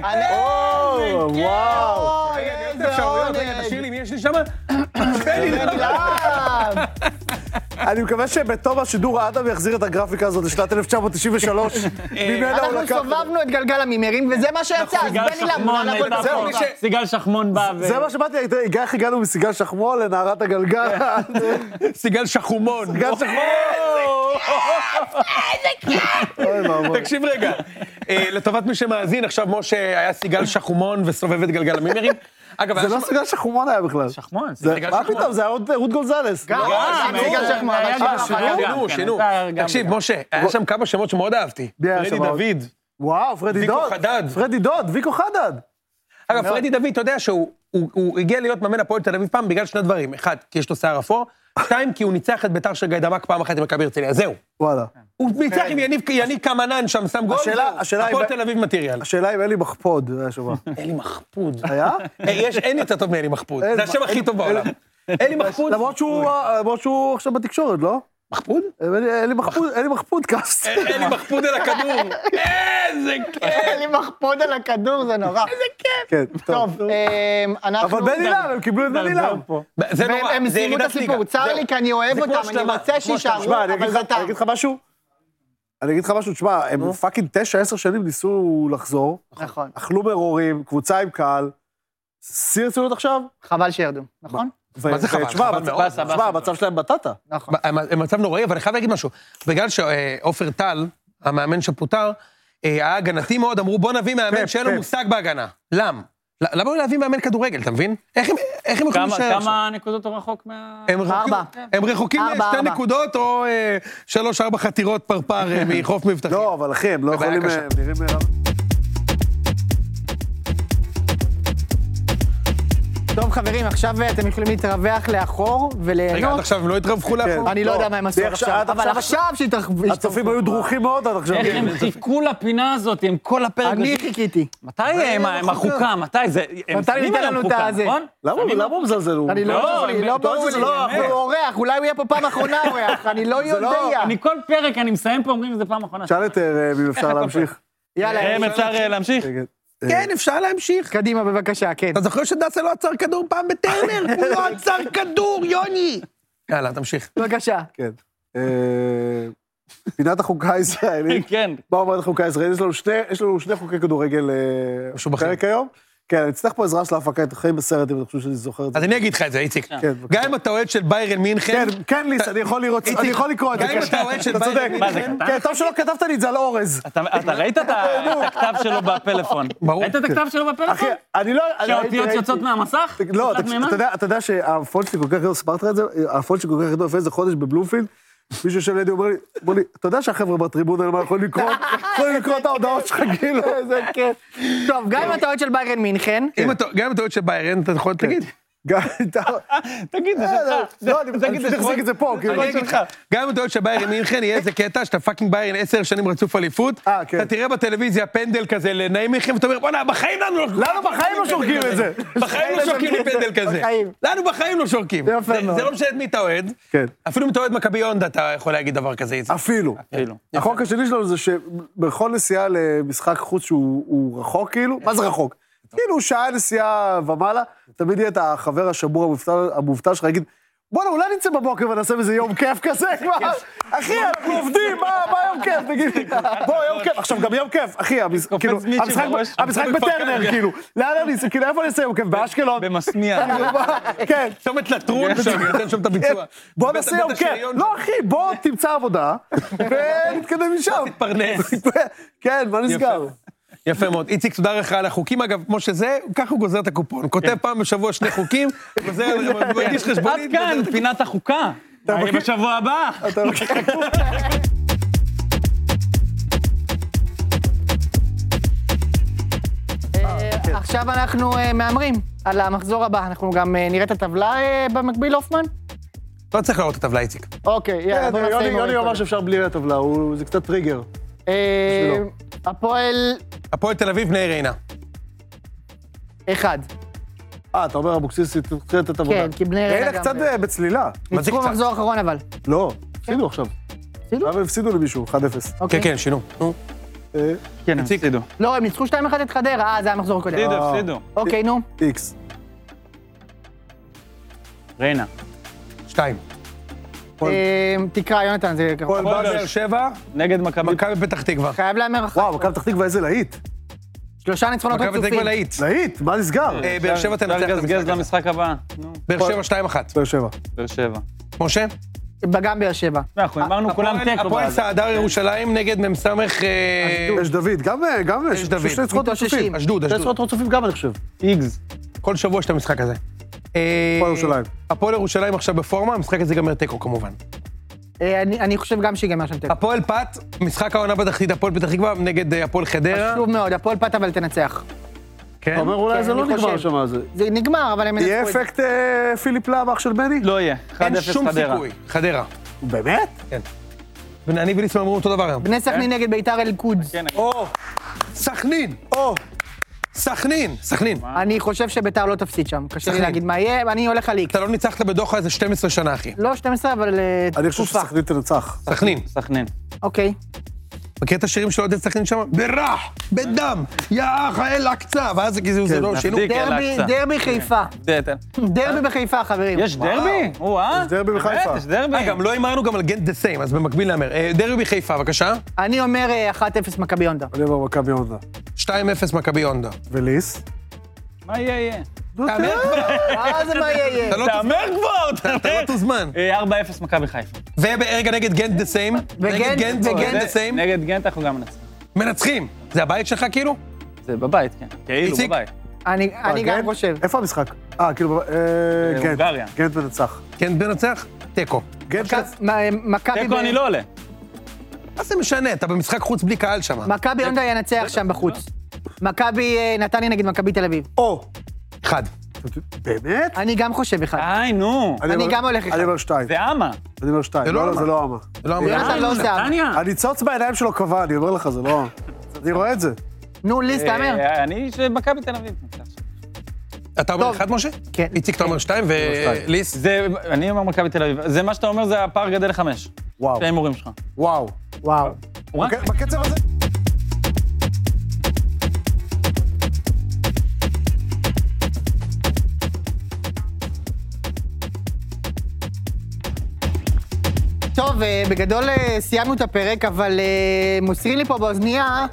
Speaker 2: וואו.
Speaker 1: איזה אפשרויות.
Speaker 3: רגע, תשאיר לי, מי יש לי שם?
Speaker 2: אני מקווה שבתום השידור האדם יחזיר את הגרפיקה הזאת לשנת אלף תשע מאות תשעים ושלוש.
Speaker 1: אנחנו סובבנו את גלגל המימרים, וזה מה שיצא, אז בני למונה.
Speaker 4: סיגל שחמון בא ו...
Speaker 2: זה מה שבאתי, איך הגענו מסיגל שחמון לנערת הגלגל.
Speaker 3: סיגל שחומון.
Speaker 2: סיגל שחמון!
Speaker 3: תקשיב רגע, לטובת מי שמאזין, עכשיו משה היה סיגל שחומון וסובב את גלגל המימרים.
Speaker 2: זה לא סיגל שחמון היה בכלל.
Speaker 4: שחמון.
Speaker 2: מה פתאום, זה היה רות גולזלס.
Speaker 1: גם, סיגל שחמון.
Speaker 3: שינו, שינו. תקשיב, משה, היה שם כמה שמות שמאוד אהבתי. פרדי דוד.
Speaker 2: וואו, פרדי דוד.
Speaker 3: ויקו חדד.
Speaker 2: פרדי דוד, ויקו חדד.
Speaker 3: אגב, פרדי דוד, אתה יודע שהוא הגיע להיות מאמן הפועל תל אביב פעם בגלל שני דברים. אחד, כי יש לו שיער אפור, שתיים, כי הוא ניצח את ביתר של גיידמק פעם אחת עם מכבי הרצליה, זהו.
Speaker 2: וואלה.
Speaker 3: הוא ניצח עם יניב קמנן שם, שם גול, הפועל תל אביב מטריאל.
Speaker 2: השאלה אם אלי מחפוד, זה היה שווה.
Speaker 3: אלי מחפוד.
Speaker 2: היה?
Speaker 3: יש, אין יותר טוב מאלי מחפוד, זה השם הכי טוב בעולם. אלי מחפוד.
Speaker 2: למרות שהוא עכשיו בתקשורת, לא?
Speaker 3: מחפוד?
Speaker 2: אלי מחפוד, אלי מחפוד קאסט.
Speaker 3: אלי מחפוד על הכדור. איזה כיף.
Speaker 1: אלי מחפוד על הכדור, זה נורא.
Speaker 3: איזה כיף.
Speaker 2: כן,
Speaker 1: טוב, אנחנו...
Speaker 2: אבל בן אילם, הם קיבלו את בן אילם.
Speaker 3: זה נורא,
Speaker 1: והם
Speaker 3: זה
Speaker 1: סיימו את
Speaker 3: ירידת ליגה.
Speaker 1: הסיפור, צר לי כי אני אוהב אותם, אני רוצה שישארו,
Speaker 2: שמע,
Speaker 1: אבל זה טעם.
Speaker 2: אני אגיד לך משהו? אני אגיד לך משהו, תשמע, הם פאקינג תשע, עשר שנים ניסו לחזור.
Speaker 1: נכון.
Speaker 2: אכלו מרורים, קבוצה עם קהל. סיר ציונות עכשיו?
Speaker 1: חבל שירדו, נכון?
Speaker 3: מה זה חבל? חבל מאוד.
Speaker 2: תשמע, המצב שלהם בטטה.
Speaker 1: נכון.
Speaker 3: הם מצב נוראי, אבל אני חייב להגיד משהו. בגלל שעופר טל, המאמן שפוטר, היה הגנתי מאוד, אמרו בוא נביא מאמן שאין לו מושג בהגנה. למה? למה לא להביא מאמן כדורגל, אתה מבין? איך הם יכולים להישאר?
Speaker 4: כמה נקודות הוא רחוק מה...
Speaker 1: ארבע.
Speaker 3: הם רחוקים שתי נקודות, או שלוש, ארבע חתירות פרפר מחוף מבטחים.
Speaker 2: לא, אבל אחי, הם לא יכולים...
Speaker 1: טוב חברים, עכשיו אתם יכולים להתרווח לאחור וליהנות.
Speaker 3: רגע, עד עכשיו הם לא התרווחו לאחור?
Speaker 1: אני לא יודע מה הם עשו עכשיו, אבל עכשיו שהתרווחו.
Speaker 2: הצופים היו דרוכים מאוד עד עכשיו.
Speaker 4: איך הם חיכו לפינה הזאת עם כל הפרק.
Speaker 1: אני חיכיתי.
Speaker 4: מתי הם החוקה? מתי זה?
Speaker 1: מתי ניתן לנו את הזה?
Speaker 2: למה הוא מזלזל?
Speaker 1: אני לא יודע, לא ברור לי. הוא אורח, אולי הוא יהיה פה פעם אחרונה אורח, אני לא יודע.
Speaker 4: אני כל פרק, אני מסיים פה, אומרים זה פעם אחרונה.
Speaker 2: שאל את אם אפשר להמשיך.
Speaker 4: יאללה, אפשר להמשיך?
Speaker 3: כן, אפשר להמשיך.
Speaker 1: קדימה, בבקשה, כן.
Speaker 3: אתה זוכר שדסה לא עצר כדור פעם בטרנר? הוא לא עצר כדור, יוני! יאללה, תמשיך.
Speaker 1: בבקשה.
Speaker 2: כן. פינת החוקה הישראלית.
Speaker 4: כן.
Speaker 2: מה אומרת החוקה הישראלית? יש לנו שני חוקי כדורגל בפרק היום. כן, אני צריך פה עזרה של ההפקה, את החיים בסרט, אם אתה חושב שאני זוכר את זה.
Speaker 3: אז אני אגיד לך את זה, איציק. גם אם אתה אוהד של ביירן מינכן...
Speaker 2: כן, כן, ליס, אני יכול לראות, אני יכול לקרוא את זה.
Speaker 3: גם אם אתה אוהד של ביירן מינכן...
Speaker 2: כן, טוב שלא כתבת לי את זה על אורז.
Speaker 4: אתה ראית את הכתב שלו בפלאפון?
Speaker 3: ברור.
Speaker 4: ראית את הכתב שלו בפלאפון?
Speaker 2: אחי, אני לא...
Speaker 4: שהאותיות יוצאות מהמסך?
Speaker 2: לא, אתה יודע שהפונט שלי כל כך גדול, ספרת את זה? הפונט שלי כל כך גדול, לפני איזה חודש בבלומפילד, מישהו של לידי אומר לי, בוא לי, אתה יודע שהחבר'ה בטריבונה האלה יכולים לקרוא, יכולים לקרוא את ההודעות שלך, כאילו.
Speaker 1: איזה כיף. טוב, גם אם אתה אוהד של ביירן מינכן.
Speaker 3: גם אם אתה אוהד של ביירן, אתה יכול תגיד.
Speaker 4: תגיד, זה שלך.
Speaker 2: לא, אני פשוט תחזיק את זה פה, כאילו.
Speaker 3: אני אגיד לך, גם אם אתה אוהד של ביירן מינכן, יהיה איזה קטע שאתה פאקינג ביירן עשר שנים רצוף אליפות, אתה תראה בטלוויזיה פנדל כזה לנעימיכם, ואתה אומר, בוא'נה, בחיים לנו לא...
Speaker 2: לנו בחיים לא שורקים את זה.
Speaker 3: בחיים לא שורקים לי פנדל כזה. לנו בחיים לא שורקים. זה לא משנה את מי אתה אוהד. אפילו אם אתה אוהד מכבי הונדה, אתה יכול להגיד דבר כזה.
Speaker 2: אפילו. החוק השני שלנו זה שבכל נסיעה למשחק חוץ שהוא רחוק, כאילו, מה זה רחוק? כאילו, שעה נסיעה ומעלה, תמיד יהיה את החבר השבור המובטל שלך, יגיד, בוא'נה, אולי נצא בבוקר ונעשה איזה יום כיף כזה, אחי, אנחנו עובדים, מה יום כיף, תגיד לי, בוא, יום כיף, עכשיו גם יום כיף, אחי, כאילו, המשחק בטרנר, כאילו, לאן אני, כאילו, איפה אני אעשה יום כיף, באשקלון?
Speaker 4: במסמיע.
Speaker 2: כן.
Speaker 3: צומת לטרון שם, נותן שם את הביצוע.
Speaker 2: בוא נעשה יום כיף, לא אחי, בוא תמצא עבודה, ונתקדם משם.
Speaker 3: תתפרנס.
Speaker 2: כן, מה נסגר?
Speaker 3: יפה מאוד. איציק, תודה לך על החוקים, אגב, כמו שזה, ככה הוא גוזר את הקופון. כותב פעם בשבוע שני חוקים, גוזר, מגיש חשבונית.
Speaker 4: עד כאן, פינת החוקה. בשבוע הבא.
Speaker 1: עכשיו אנחנו מאמרים על המחזור הבא. אנחנו גם נראה את הטבלה במקביל, הופמן?
Speaker 3: לא צריך לראות את הטבלה, איציק.
Speaker 1: אוקיי, יאללה, בוא נעשה עם...
Speaker 2: יוני אומר שאפשר בלי הטבלה, זה קצת טריגר.
Speaker 1: הפועל...
Speaker 3: הפועל תל אביב, בני ריינה.
Speaker 1: אחד.
Speaker 2: אה, אתה אומר אבוקסיס התחיל את עבודה.
Speaker 1: כן, כי בני ריינה גם...
Speaker 2: ריינה קצת בצלילה.
Speaker 1: ניצחו במחזור האחרון אבל.
Speaker 2: לא, הפסידו עכשיו.
Speaker 1: הפסידו?
Speaker 2: אבל הפסידו למישהו, אחד אפס.
Speaker 3: כן, כן, שינו.
Speaker 4: כן, הם הפסידו.
Speaker 1: לא, הם ניצחו שתיים אחת את חדרה, אה, זה היה המחזור הקודם.
Speaker 4: הפסידו, הפסידו.
Speaker 1: אוקיי, נו.
Speaker 2: איקס.
Speaker 4: ריינה.
Speaker 3: שתיים.
Speaker 1: תקרא, יונתן, זה...
Speaker 3: הפועל באר שבע.
Speaker 4: נגד מכבי.
Speaker 3: מכבי פתח תקווה.
Speaker 1: חייב להמר אחת.
Speaker 2: וואו, מכבי פתח תקווה איזה להיט.
Speaker 1: שלושה ניצחונות רצופים.
Speaker 3: מכבי פתח תקווה להיט.
Speaker 2: להיט, מה נסגר?
Speaker 3: באר שבע תנצח את המשחק.
Speaker 4: גזגז למשחק הבא.
Speaker 3: באר שבע שתיים אחת.
Speaker 2: באר שבע.
Speaker 4: באר שבע.
Speaker 3: משה?
Speaker 1: גם באר שבע.
Speaker 4: אנחנו אמרנו כולם תיקו.
Speaker 3: הפועל סעדר ירושלים נגד מ"סמך...
Speaker 2: אש דוד, גם
Speaker 3: אש דוד.
Speaker 2: שני ניצחונות רצופים.
Speaker 3: אשדוד,
Speaker 2: שני
Speaker 3: אשדוד.
Speaker 2: ניצחונות רצופים גם, אני חושב.
Speaker 4: איגז.
Speaker 3: כל שבוע יש את המשחק הזה.
Speaker 2: הפועל ירושלים.
Speaker 3: הפועל ירושלים עכשיו בפורמה, המשחק הזה גמר תיקו כמובן.
Speaker 1: אני חושב גם שיגמר שם תיקו.
Speaker 3: הפועל פת, משחק העונה בתחתית, הפועל פתח תקווה נגד הפועל חדרה.
Speaker 1: חשוב מאוד, הפועל פת אבל תנצח.
Speaker 2: אתה אומר אולי זה לא נגמר שם, זה...
Speaker 1: זה נגמר, אבל הם ינצחו את זה.
Speaker 2: יהיה אפקט פיליפ לאם, אח של בני?
Speaker 4: לא יהיה.
Speaker 3: אין שום סיכוי. חדרה.
Speaker 2: באמת?
Speaker 3: כן. אני וליסמן אמרו אותו דבר היום.
Speaker 1: בני סכנין נגד ביתר אל-קודס.
Speaker 3: או, סכנין, או, סכנין, סכנין.
Speaker 1: אני חושב שביתר לא תפסיד שם, קשה לי להגיד מה יהיה, ואני הולך על איקס.
Speaker 3: אתה לא ניצחת בדוחה איזה שתים עשרה שנה, אחי.
Speaker 1: לא שתים עשרה, אבל תקופה.
Speaker 2: אני חושב שסכנין תנצח.
Speaker 3: סכנין.
Speaker 4: סכנין.
Speaker 1: אוקיי.
Speaker 3: מכיר את השירים של עודד סכנין שם? ברח, בדם, יא אח האל הקצה, ואז זה לא שינו.
Speaker 1: דרבי חיפה. דרבי בחיפה, חברים.
Speaker 4: יש דרבי?
Speaker 2: יש דרבי בחיפה.
Speaker 4: יש דרבי.
Speaker 3: גם לא אמרנו גם על גנט דה סיים, אז במקביל להמר. דרבי בחיפה, בבקשה.
Speaker 1: אני אומר אחת אפס מכבי הונדה.
Speaker 2: אני אומר מכבי הונדה.
Speaker 3: שתיים אפס מכבי הונדה.
Speaker 2: וליס?
Speaker 4: מה יהיה יהיה?
Speaker 3: תאמר כבר.
Speaker 1: מה זה מה יהיה?
Speaker 4: תאמר כבר,
Speaker 3: אתה לא תוזמן.
Speaker 4: ארבע אפס מכבי חיפה.
Speaker 3: ורגע נגד גנט דה סיים. נגד גנט דה סיים.
Speaker 4: נגד גנט אנחנו גם מנצחים.
Speaker 3: מנצחים. זה הבית שלך כאילו?
Speaker 4: זה בבית, כן. כאילו בבית.
Speaker 1: אני גם חושב.
Speaker 2: איפה המשחק? אה, כאילו, גנט. גנט מנצח.
Speaker 3: גנט מנצח? תיקו.
Speaker 4: תיקו אני לא עולה.
Speaker 3: מה זה משנה? אתה במשחק חוץ בלי קהל שם.
Speaker 1: מכבי הונדה ינצח שם בחוץ. מכבי נתניה נגד מכבי תל אביב.
Speaker 2: או.
Speaker 3: אחד.
Speaker 2: באמת?
Speaker 1: אני גם חושב אחד.
Speaker 4: איי, נו.
Speaker 1: אני גם הולך אחד.
Speaker 2: אני אומר שתיים.
Speaker 4: זה אמה.
Speaker 2: אני אומר שתיים.
Speaker 3: זה לא אמה.
Speaker 2: זה לא אמה.
Speaker 3: זה לא אמה.
Speaker 4: נתניה.
Speaker 2: הניצוץ בעיניים שלו קבע, אני אומר לך, זה לא... אני רואה את זה.
Speaker 1: נו, ליס, תאמר.
Speaker 4: אני שמכבי תל אביב.
Speaker 3: אתה אומר אחד, משה?
Speaker 1: כן.
Speaker 3: איציק, אתה אומר שתיים, וליס?
Speaker 4: אני אומר מכבי תל אביב. זה מה שאתה אומר, זה הפער גדל לחמש.
Speaker 2: וואו.
Speaker 4: שתי הימורים שלך.
Speaker 2: וואו.
Speaker 1: וואו.
Speaker 2: בקצב הזה...
Speaker 1: טוב, בגדול סיימנו את הפרק, אבל מוסרים לי פה באוזנייה...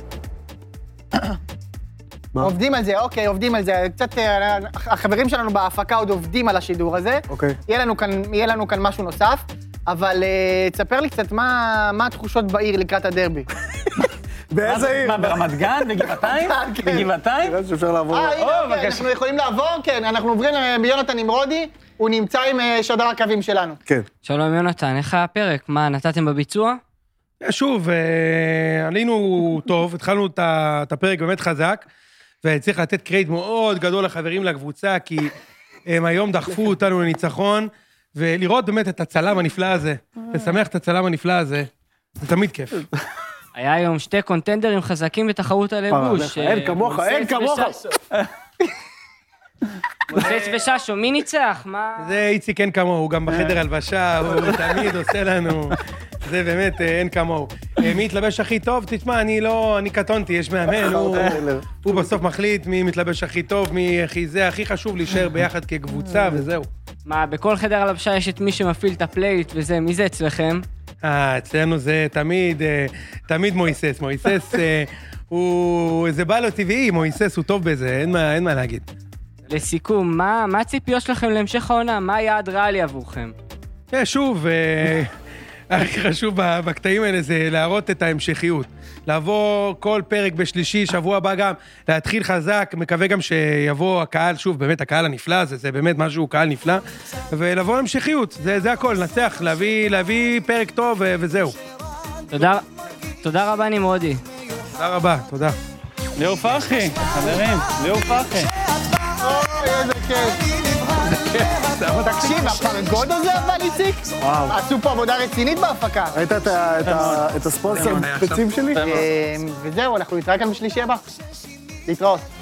Speaker 1: עובדים על זה, אוקיי, עובדים על זה. קצת, החברים שלנו בהפקה עוד עובדים על השידור הזה.
Speaker 2: אוקיי.
Speaker 1: יהיה לנו כאן, יהיה לנו כאן משהו נוסף, אבל תספר לי קצת מה, מה התחושות בעיר לקראת הדרבי.
Speaker 2: באיזה עיר?
Speaker 4: מה, ברמת גן? בגבעתיים? בגבעתיים?
Speaker 2: נראה שאפשר לעבור.
Speaker 1: אה, הנה, אנחנו יכולים לעבור, כן, אנחנו עוברים ביונתן נמרודי, הוא נמצא עם שדר הקווים שלנו.
Speaker 2: כן.
Speaker 7: שלום יונתן, איך הפרק? מה, נתתם בביצוע?
Speaker 3: שוב, עלינו טוב, התחלנו את הפרק באמת חזק, וצריך לתת קרדיט מאוד גדול לחברים לקבוצה, כי הם היום דחפו אותנו לניצחון, ולראות באמת את הצלם הנפלא הזה, לשמח את הצלם הנפלא הזה, זה תמיד כיף.
Speaker 7: היה היום שתי קונטנדרים חזקים בתחרות הלבוש.
Speaker 2: אין כמוך, אין כמוך.
Speaker 7: מוסס וששו, מי ניצח? מה?
Speaker 3: זה איציק אין כמוהו, הוא גם בחדר הלבשה, הוא תמיד עושה לנו, זה באמת אין כמוהו. מי מתלבש הכי טוב? תשמע, אני לא, אני קטונתי, יש מאמן, הוא בסוף מחליט מי מתלבש הכי טוב, מי הכי זה, הכי חשוב להישאר ביחד כקבוצה וזהו.
Speaker 7: מה, בכל חדר הלבשה יש את מי שמפעיל את הפלייט וזה, מי זה אצלכם?
Speaker 3: אה, אצלנו זה תמיד, תמיד מויסס, מויסס הוא, זה בא לו טבעי, מויסס הוא טוב בזה, אין מה, אין מה להגיד.
Speaker 7: לסיכום, מה, מה הציפיות שלכם להמשך העונה? מה היעד ריאלי עבורכם?
Speaker 3: שוב, הכי חשוב בקטעים האלה זה להראות את ההמשכיות. לעבור כל פרק בשלישי, שבוע הבא גם, להתחיל חזק, מקווה גם שיבוא הקהל, שוב, באמת הקהל הנפלא הזה, זה באמת משהו, קהל נפלא, ולבוא המשכיות, זה, זה הכל, נצח, להביא, להביא פרק טוב וזהו.
Speaker 7: תודה, תודה רבה נמרודי.
Speaker 3: תודה רבה, תודה.
Speaker 4: ליאור פרחי, חברים, ליאור פרחי.
Speaker 1: אוי, איזה כיף. תקשיב, הפרגוד הזה אבל איציק? וואו. עשו פה עבודה רצינית בהפקה.
Speaker 2: ראית את הספונסר בצים שלי?
Speaker 1: וזהו, אנחנו נתראה כאן בשלישי הבא. להתראות.